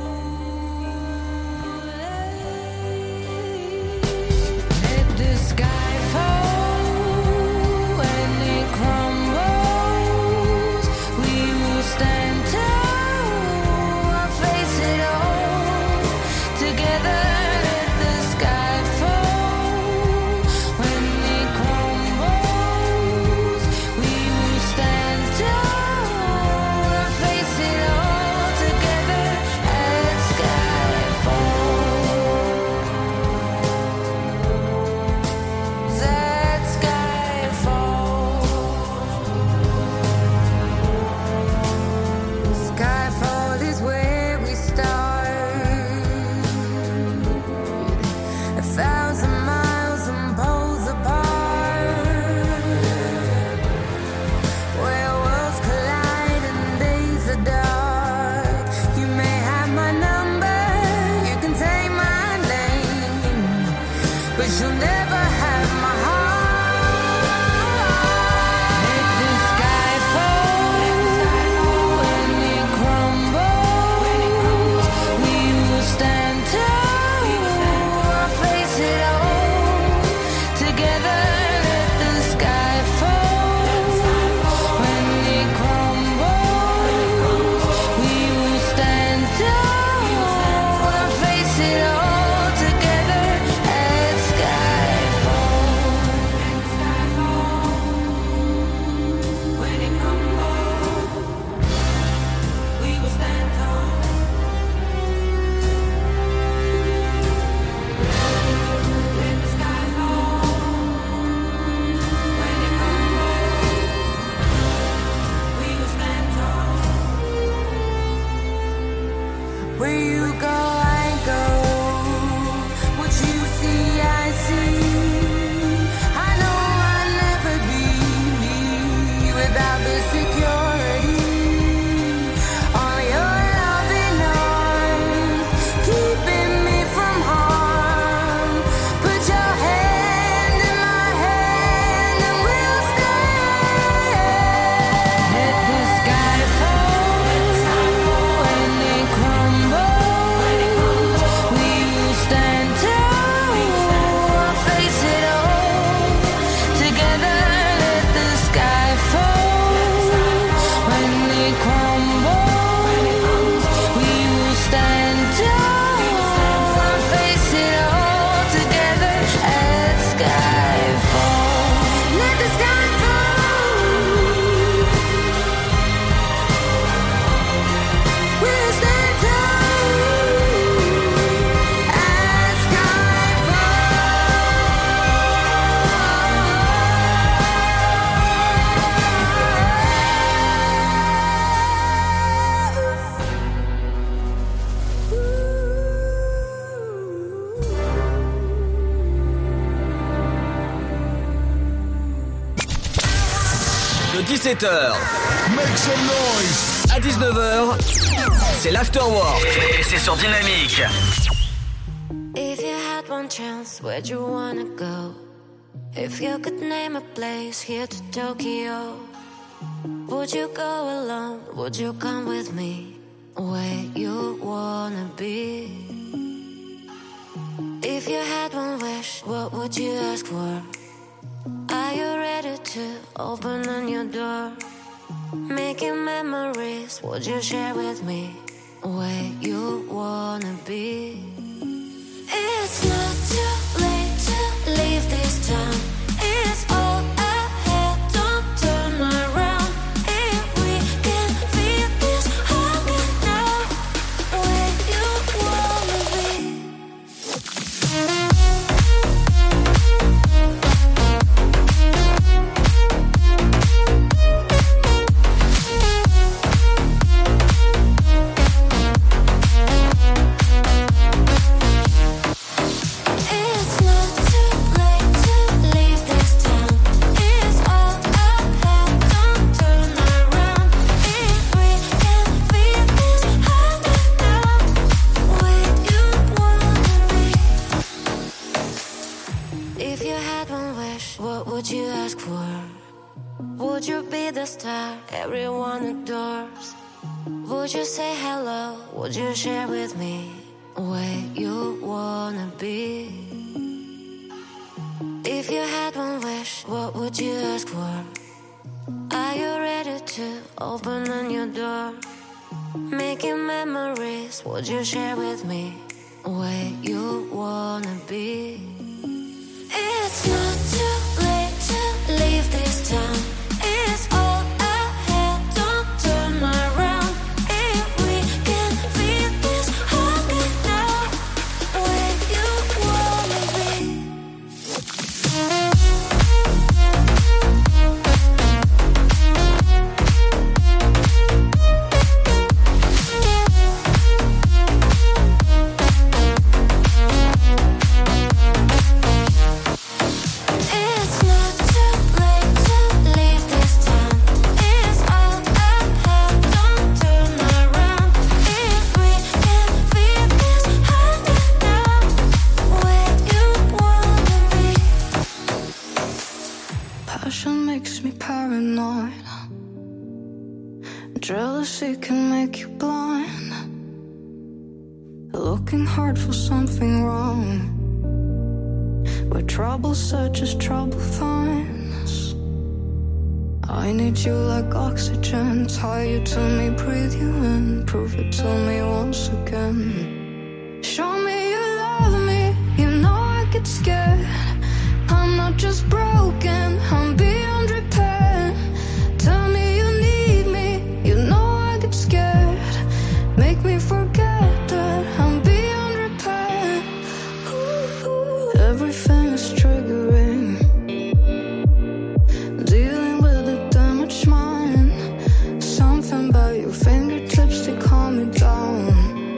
Let the sky fall when it crumbles. We will stand tall, face it all together. Let the sky fall when it crumbles. We will stand tall, face it all together. At skyfall, that skyfall. Skyfall is where we start. but you'll never have my heart. Let the sky fall when it crumbles. We will stand tall, face it all together. Let the sky fall when it crumbles. We will stand tall, face it all together. Let sky fall. When it crumbles, we will stand tall. When the sky falls, when it crumbles, we will stand tall. Where you go, I go. What you see, I see. I know I'll never be me without the security. All your loving arms keeping me from harm. Put your hand in my hand and we'll stand. Let the sky fall when it crumbles. We will stand tall, face it all together. Let the sky fall when it crumbles. We will stand tall, face it all together. Let sky fall. Let the sky fall. We'll stand tall. Let sky De 17h à 19h, c'est l'Afterwork et c'est sur Dynamique. If you had one chance, where'd you wanna go? If you could name a place here to Tokyo, would you go alone? Would you come with me? Where you wanna be? If you had one wish, what would you ask for? Are you ready to open a new door? Making memories, would you share with me? Where you wanna be? It's not too late to leave this town. It's all ahead, don't turn around. If we can feel this hunger now, where you wanna be? It's not too late to leave this town. It's all ahead, don't turn around. If we can feel this hunger now, where you wanna be? If you had one wish, what would you ask for? Would you be the star everyone adores? Would you say hello? Would you share with me where you wanna be? If you had one wish, what would you ask for? Are you ready to open a new door? Making memories, would you share with me where you wanna be? It's not too late to leave this town. It's all ahead, don't turn around. If we can feel this hunger now, where you wanna be? jealousy can make you blind. Looking hard for something wrong. Where trouble searches, trouble finds. I need you like oxygen. Tie you to me, breathe you in. Prove it to me once again. Show me you love me. You know I get scared. I'm not just broken, I'm beyond repair. Tell me you need me. You know I get scared. Make me forget that I'm beyond repair. Ooh, everything is triggering. Dealing with the damaged mind. Something about your fingertips, they calm me down.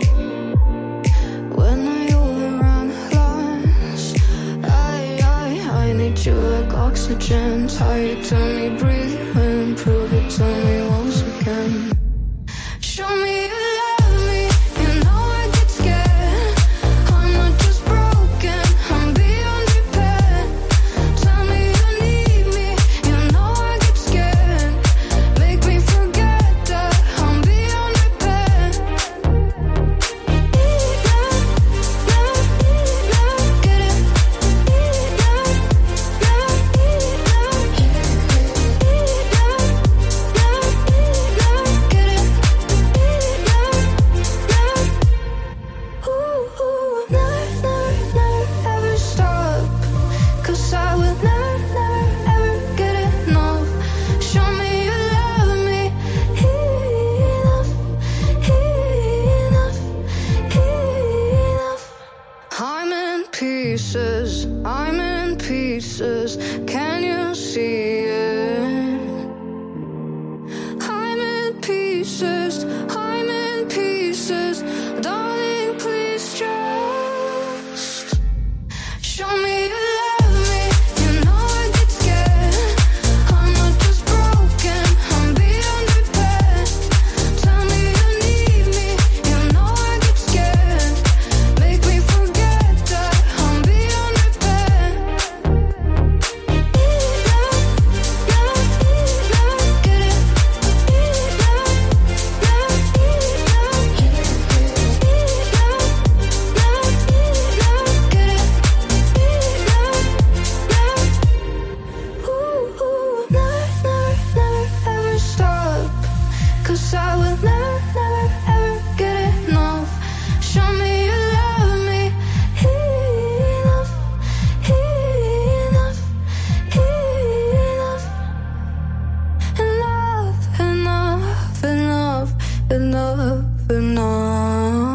When I overanalyze, I need you like oxygen. Tie you to me, breathe you in. Prove it to me once again. Show me you love me. You know I get scared. I'm not just broken, I'm beyond repair. Tell me you need me. You know I get scared. Make me forget that I'm beyond repair. Never get it. I'm in pieces, can you see it? I'm in pieces, darling, please just show me you love me. You know I get scared. I'm not just broken, I'm beyond repair. Tell me you need me. You know I get scared. Make me forget that I'm beyond repair. Never get it. Never ever stop. 'Cause I will never ever get enough. Show me you love me enough, enough, enough, enough, enough, enough.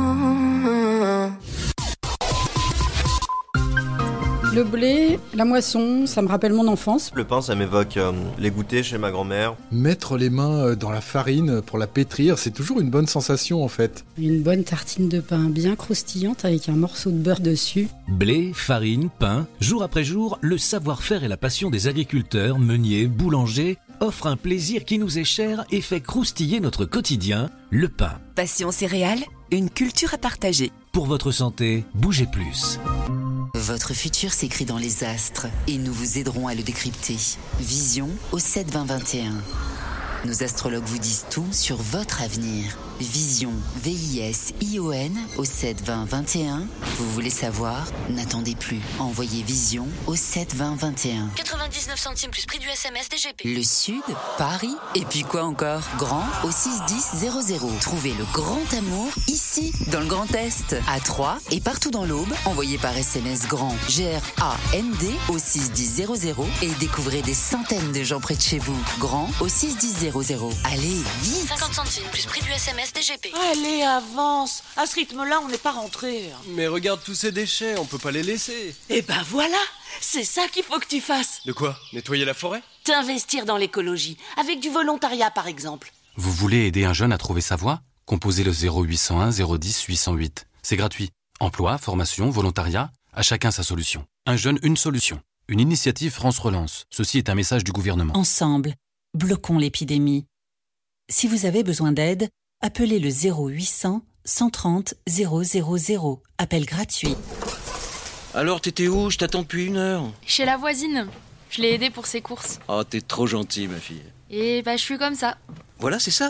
Le blé, la moisson, ça me rappelle mon enfance. Le pain, ça m'évoque les goûters chez ma grand-mère. Mettre les mains dans la farine pour la pétrir, c'est toujours une bonne sensation en fait. Une bonne tartine de pain bien croustillante avec un morceau de beurre dessus. Blé, farine, pain, jour après jour, le savoir-faire et la passion des agriculteurs, meuniers, boulangers offrent un plaisir qui nous est cher et fait croustiller notre quotidien, le pain. Passion céréales, une culture à partager. Pour votre santé, bougez plus. Votre futur s'écrit dans les astres et nous vous aiderons à le décrypter. Vision au 7-20-21. Nos astrologues vous disent tout sur votre avenir. Vision, V-I-S-I-O-N au 7-20-21. Vous voulez savoir? N'attendez plus. Envoyez Vision au 7-20-21. 99 centimes plus prix du SMS DGP. Le Sud, Paris, et puis quoi encore? Grand au 61000. Trouvez le grand amour ici, dans le Grand Est, à Troyes et partout dans l'Aube. Envoyez par SMS grand, G-R-A-N-D au 61000 et découvrez des centaines de gens près de chez vous. Grand au 61000. Allez, vite! 50 centimes plus prix du SMS DGP. Allez, avance. À ce rythme-là, on n'est pas rentré. Mais regarde tous ces déchets, on peut pas les laisser. Eh ben voilà, c'est ça qu'il faut que tu fasses. De quoi? Nettoyer la forêt? T'investir dans l'écologie, avec du volontariat par exemple. Vous voulez aider un jeune à trouver sa voie? Composez le 0801 010 808. C'est gratuit. Emploi, formation, volontariat, à chacun sa solution. Un jeune, une solution. Une initiative France Relance. Ceci est un message du gouvernement. Ensemble, bloquons l'épidémie. Si vous avez besoin d'aide, appelez le 0800 130 000. Appel gratuit. Alors, t'étais où? Je t'attends depuis 1 heure. Chez la voisine. Je l'ai aidée pour ses courses. Oh, t'es trop gentille, ma fille. Et bah, je suis comme ça. Voilà, c'est ça.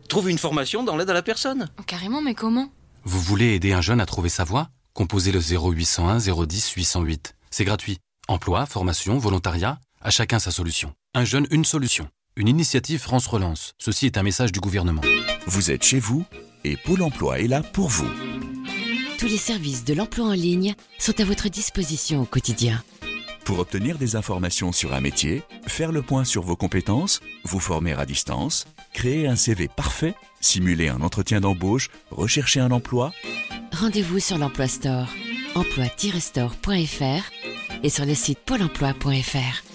Trouve une formation dans l'aide à la personne. Oh, carrément, mais comment? Vous voulez aider un jeune à trouver sa voie? Composez le 0801 010 808. C'est gratuit. Emploi, formation, volontariat, à chacun sa solution. Un jeune, une solution. Une initiative France Relance. Ceci est un message du gouvernement. Vous êtes chez vous et Pôle emploi est là pour vous. Tous les services de l'emploi en ligne sont à votre disposition au quotidien. Pour obtenir des informations sur un métier, faire le point sur vos compétences, vous former à distance, créer un CV parfait, simuler un entretien d'embauche, rechercher un emploi. Rendez-vous sur l'Emploi Store, emploi-store.fr et sur le site pôle emploi.fr.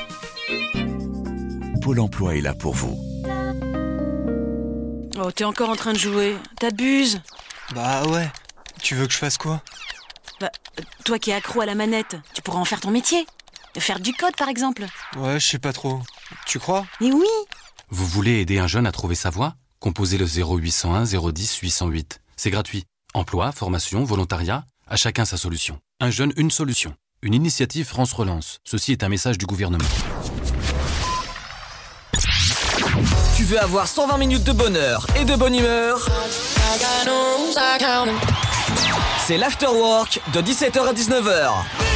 Pôle emploi est là pour vous. Oh, t'es encore en train de jouer. T'abuses. Bah ouais. Tu veux que je fasse quoi? Bah, toi qui es accro à la manette, tu pourras en faire ton métier. Faire du code, par exemple. Ouais, je sais pas trop. Tu crois? Mais oui. Vous voulez aider un jeune à trouver sa voie? Composez le 0801 010 808. C'est gratuit. Emploi, formation, volontariat, à chacun sa solution. Un jeune, une solution. Une initiative France Relance. Ceci est un message du gouvernement. Tu veux avoir 120 minutes de bonheur et de bonne humeur? C'est l'Afterwork de 17h à 19h.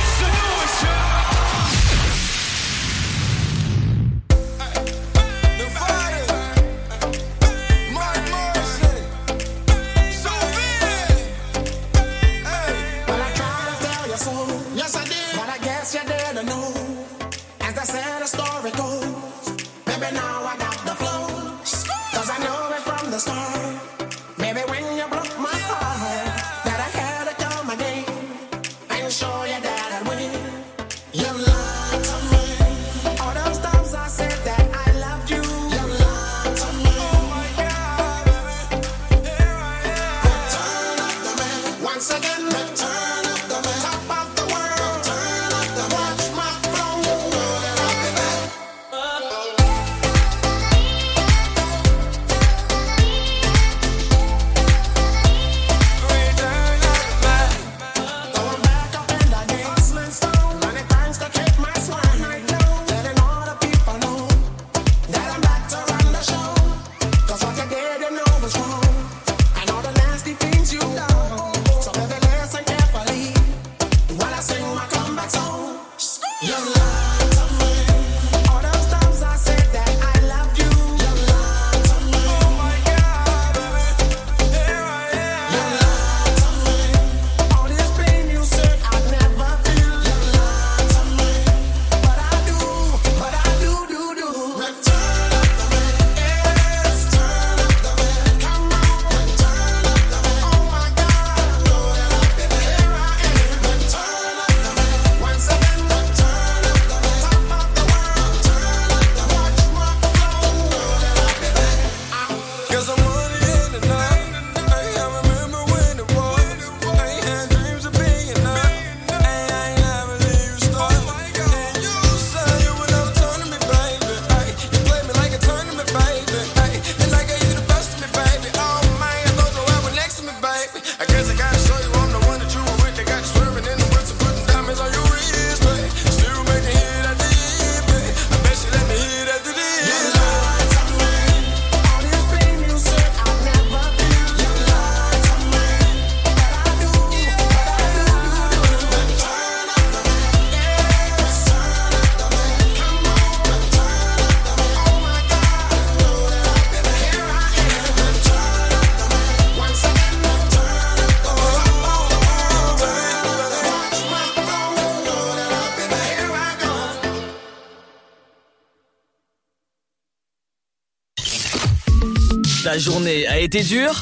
Ta journée a été dure?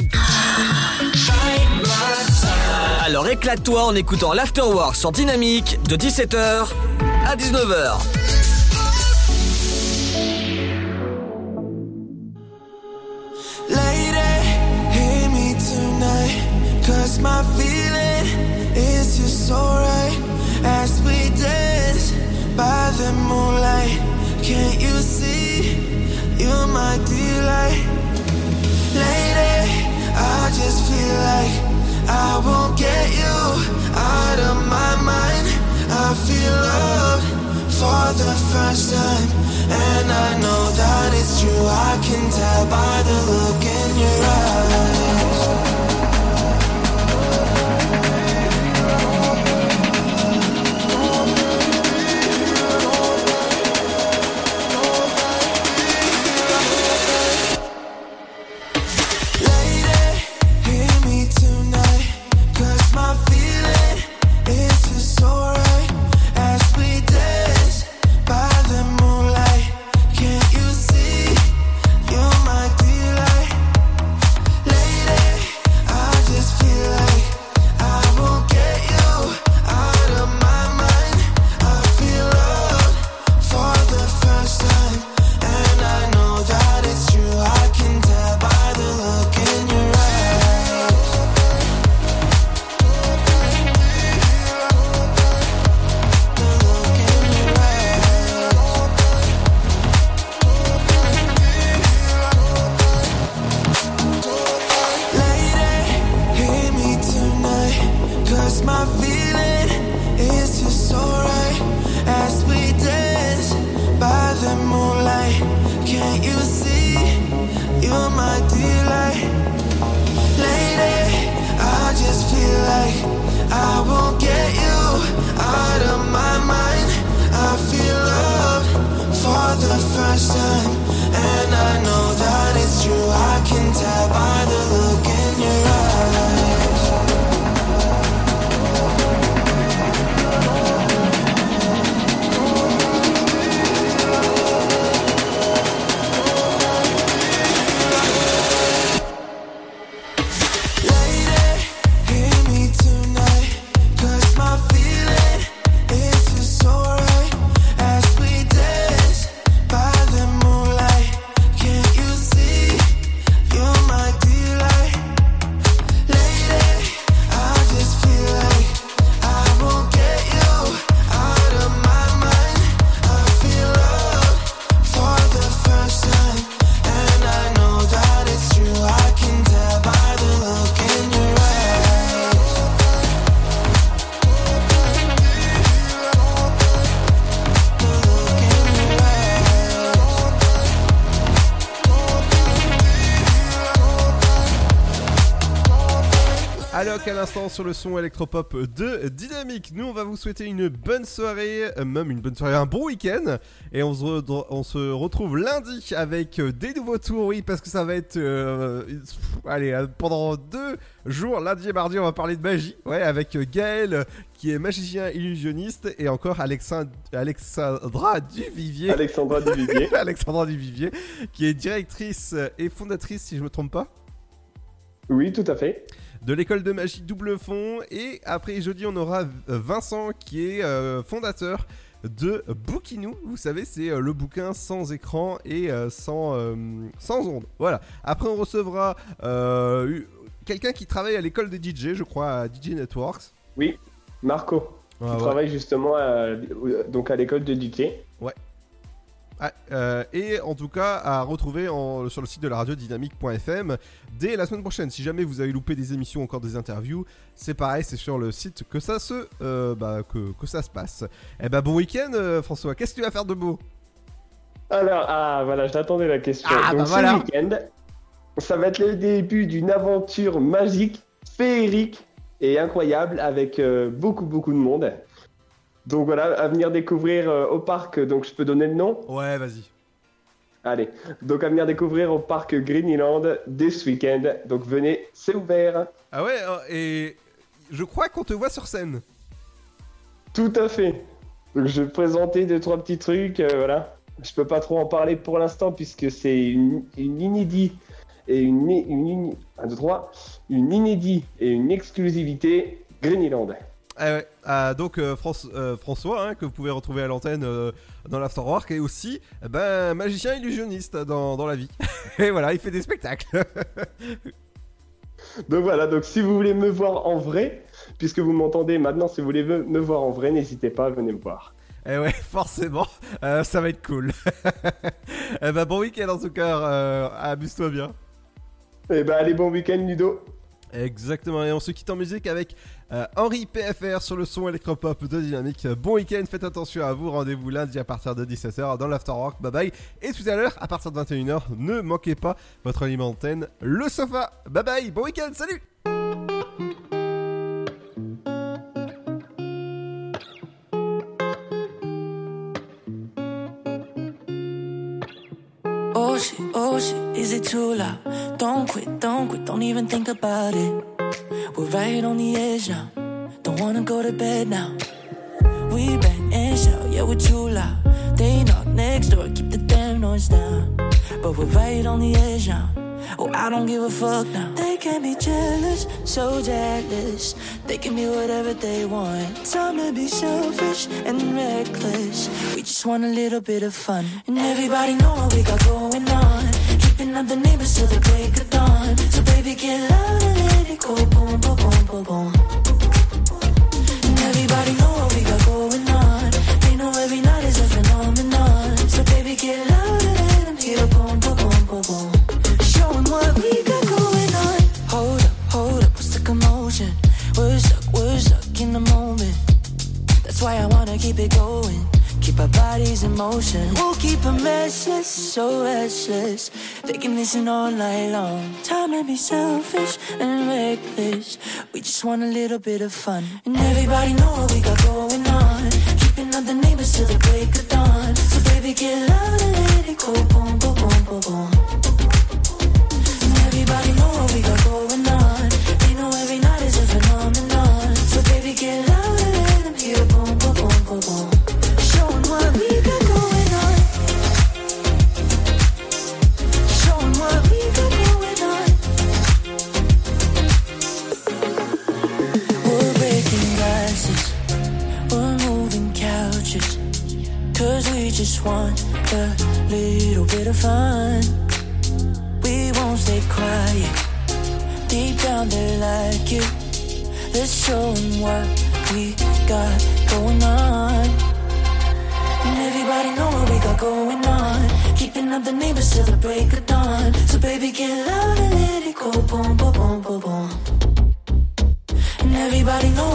Alors éclate-toi en écoutant l'Afterwork sur Dynamique de 17h à 19h. Hate me tonight, 'cause my feeling is just so right. As we dance by the moonlight, can't you see you're my delight? Lady, I just feel like I won't get you out of my mind. I feel love for the first time. And I know that it's true, I can tell by the look in your eyes. À l'instant sur le son électropop de Dynamique. Nous on va vous souhaiter une bonne soirée, même une bonne soirée, un bon week-end. Et on se retrouve lundi avec des nouveaux tours, oui, parce que ça va être pendant 2 jours, lundi et mardi, on va parler de magie, ouais, avec Gaël qui est magicien illusionniste et encore Alexandra Duvivier. Alexandra Duvivier qui est directrice et fondatrice, si je me trompe pas. Oui, tout à fait. De l'école de magie Double Fond. Et après jeudi on aura Vincent qui est fondateur de Bookinou. Vous savez, c'est le bouquin sans écran et sans ondes. Voilà. Après on recevra quelqu'un qui travaille à l'école des DJ, je crois, à DJ Networks. Oui, Marco, qui travaille justement donc à l'école de DJ. Ouais. Et en tout cas à retrouver sur le site de la radio dynamique.fm dès la semaine prochaine. Si jamais vous avez loupé des émissions ou encore des interviews, c'est pareil, c'est sur le site que ça se passe. Et bon week-end François, qu'est-ce que tu vas faire de beau? Alors, voilà, je t'attendais la question. Donc ce week-end, ça va être le début d'une aventure magique, féerique et incroyable avec beaucoup de monde. Donc voilà, à venir découvrir au parc, donc je peux donner le nom? Ouais, vas-y. Allez, donc à venir découvrir au parc Greenland dès ce week-end. Donc venez, c'est ouvert. Ah ouais, et je crois qu'on te voit sur scène. Tout à fait. Donc je vais présenter 2-3 petits trucs, voilà. Je peux pas trop en parler pour l'instant puisque c'est une inédit et une inédit et une exclusivité Greenland. Ah ouais. Donc François, que vous pouvez retrouver à l'antenne dans l'Afterwork, et aussi magicien illusionniste dans la vie. Et voilà, il fait des spectacles. Donc voilà, donc si vous voulez me voir en vrai, puisque vous m'entendez maintenant, si vous voulez me voir en vrai, n'hésitez pas à venir me voir. Eh ouais, forcément, ça va être cool. Bon week-end en tout cas, amuse-toi bien. Allez, bon week-end Ludo. Exactement, et on se quitte en musique avec Henri PFR sur le son électropop de Dynamique. Bon week-end, faites attention à vous, rendez-vous lundi à partir de 17h dans l'Afterwork, bye bye. Et tout à l'heure, à partir de 21h, ne manquez pas votre aliment antenne, le sofa. Bye bye, bon week-end, salut. Oh shit, is it too loud? Don't quit, don't even think about it. We're right on the edge now, don't wanna go to bed now. We bang and shout, yeah we're too loud. They knock next door, keep the damn noise down. But we're right on the edge now, oh I don't give a fuck now. They can be jealous, so jealous. They can be whatever they want. Time to be selfish and reckless. We just want a little bit of fun. And everybody know what we got going on. Keeping up the neighbors till the break of dawn. So baby get loud and let it go, boom, boom, boom, boom, boom. And everybody know what we got going on. They know every night is a phenomenon. So baby get loud and let them hear, boom, boom, boom, boom, boom. Showing what we got going on. Hold up, what's the commotion? We're stuck in the moment. That's why I wanna keep it going. Keep our bodies in motion. We'll keep them restless, so restless. They can listen all night long. Time to be selfish and reckless. We just want a little bit of fun. And everybody know what we got going on. Keeping up the neighbors till the break of dawn. So baby get loud and let it go, boom, boom, boom, boom, boom. And everybody know what we got going on. They know every night is a phenomenon. So baby get loud and let them hear, boom, boom, boom, boom, boom. What we got going on. Showing what we got going on. We're breaking glasses, we're moving couches, 'cause we just want a little bit of fun. We won't stay quiet, deep down they like it. Let's show them what we got going on. And everybody know what we got going on. Keeping up the neighbors till the break of dawn. So baby get loud and let it go, boom, boom, boom, boom, boom. And everybody know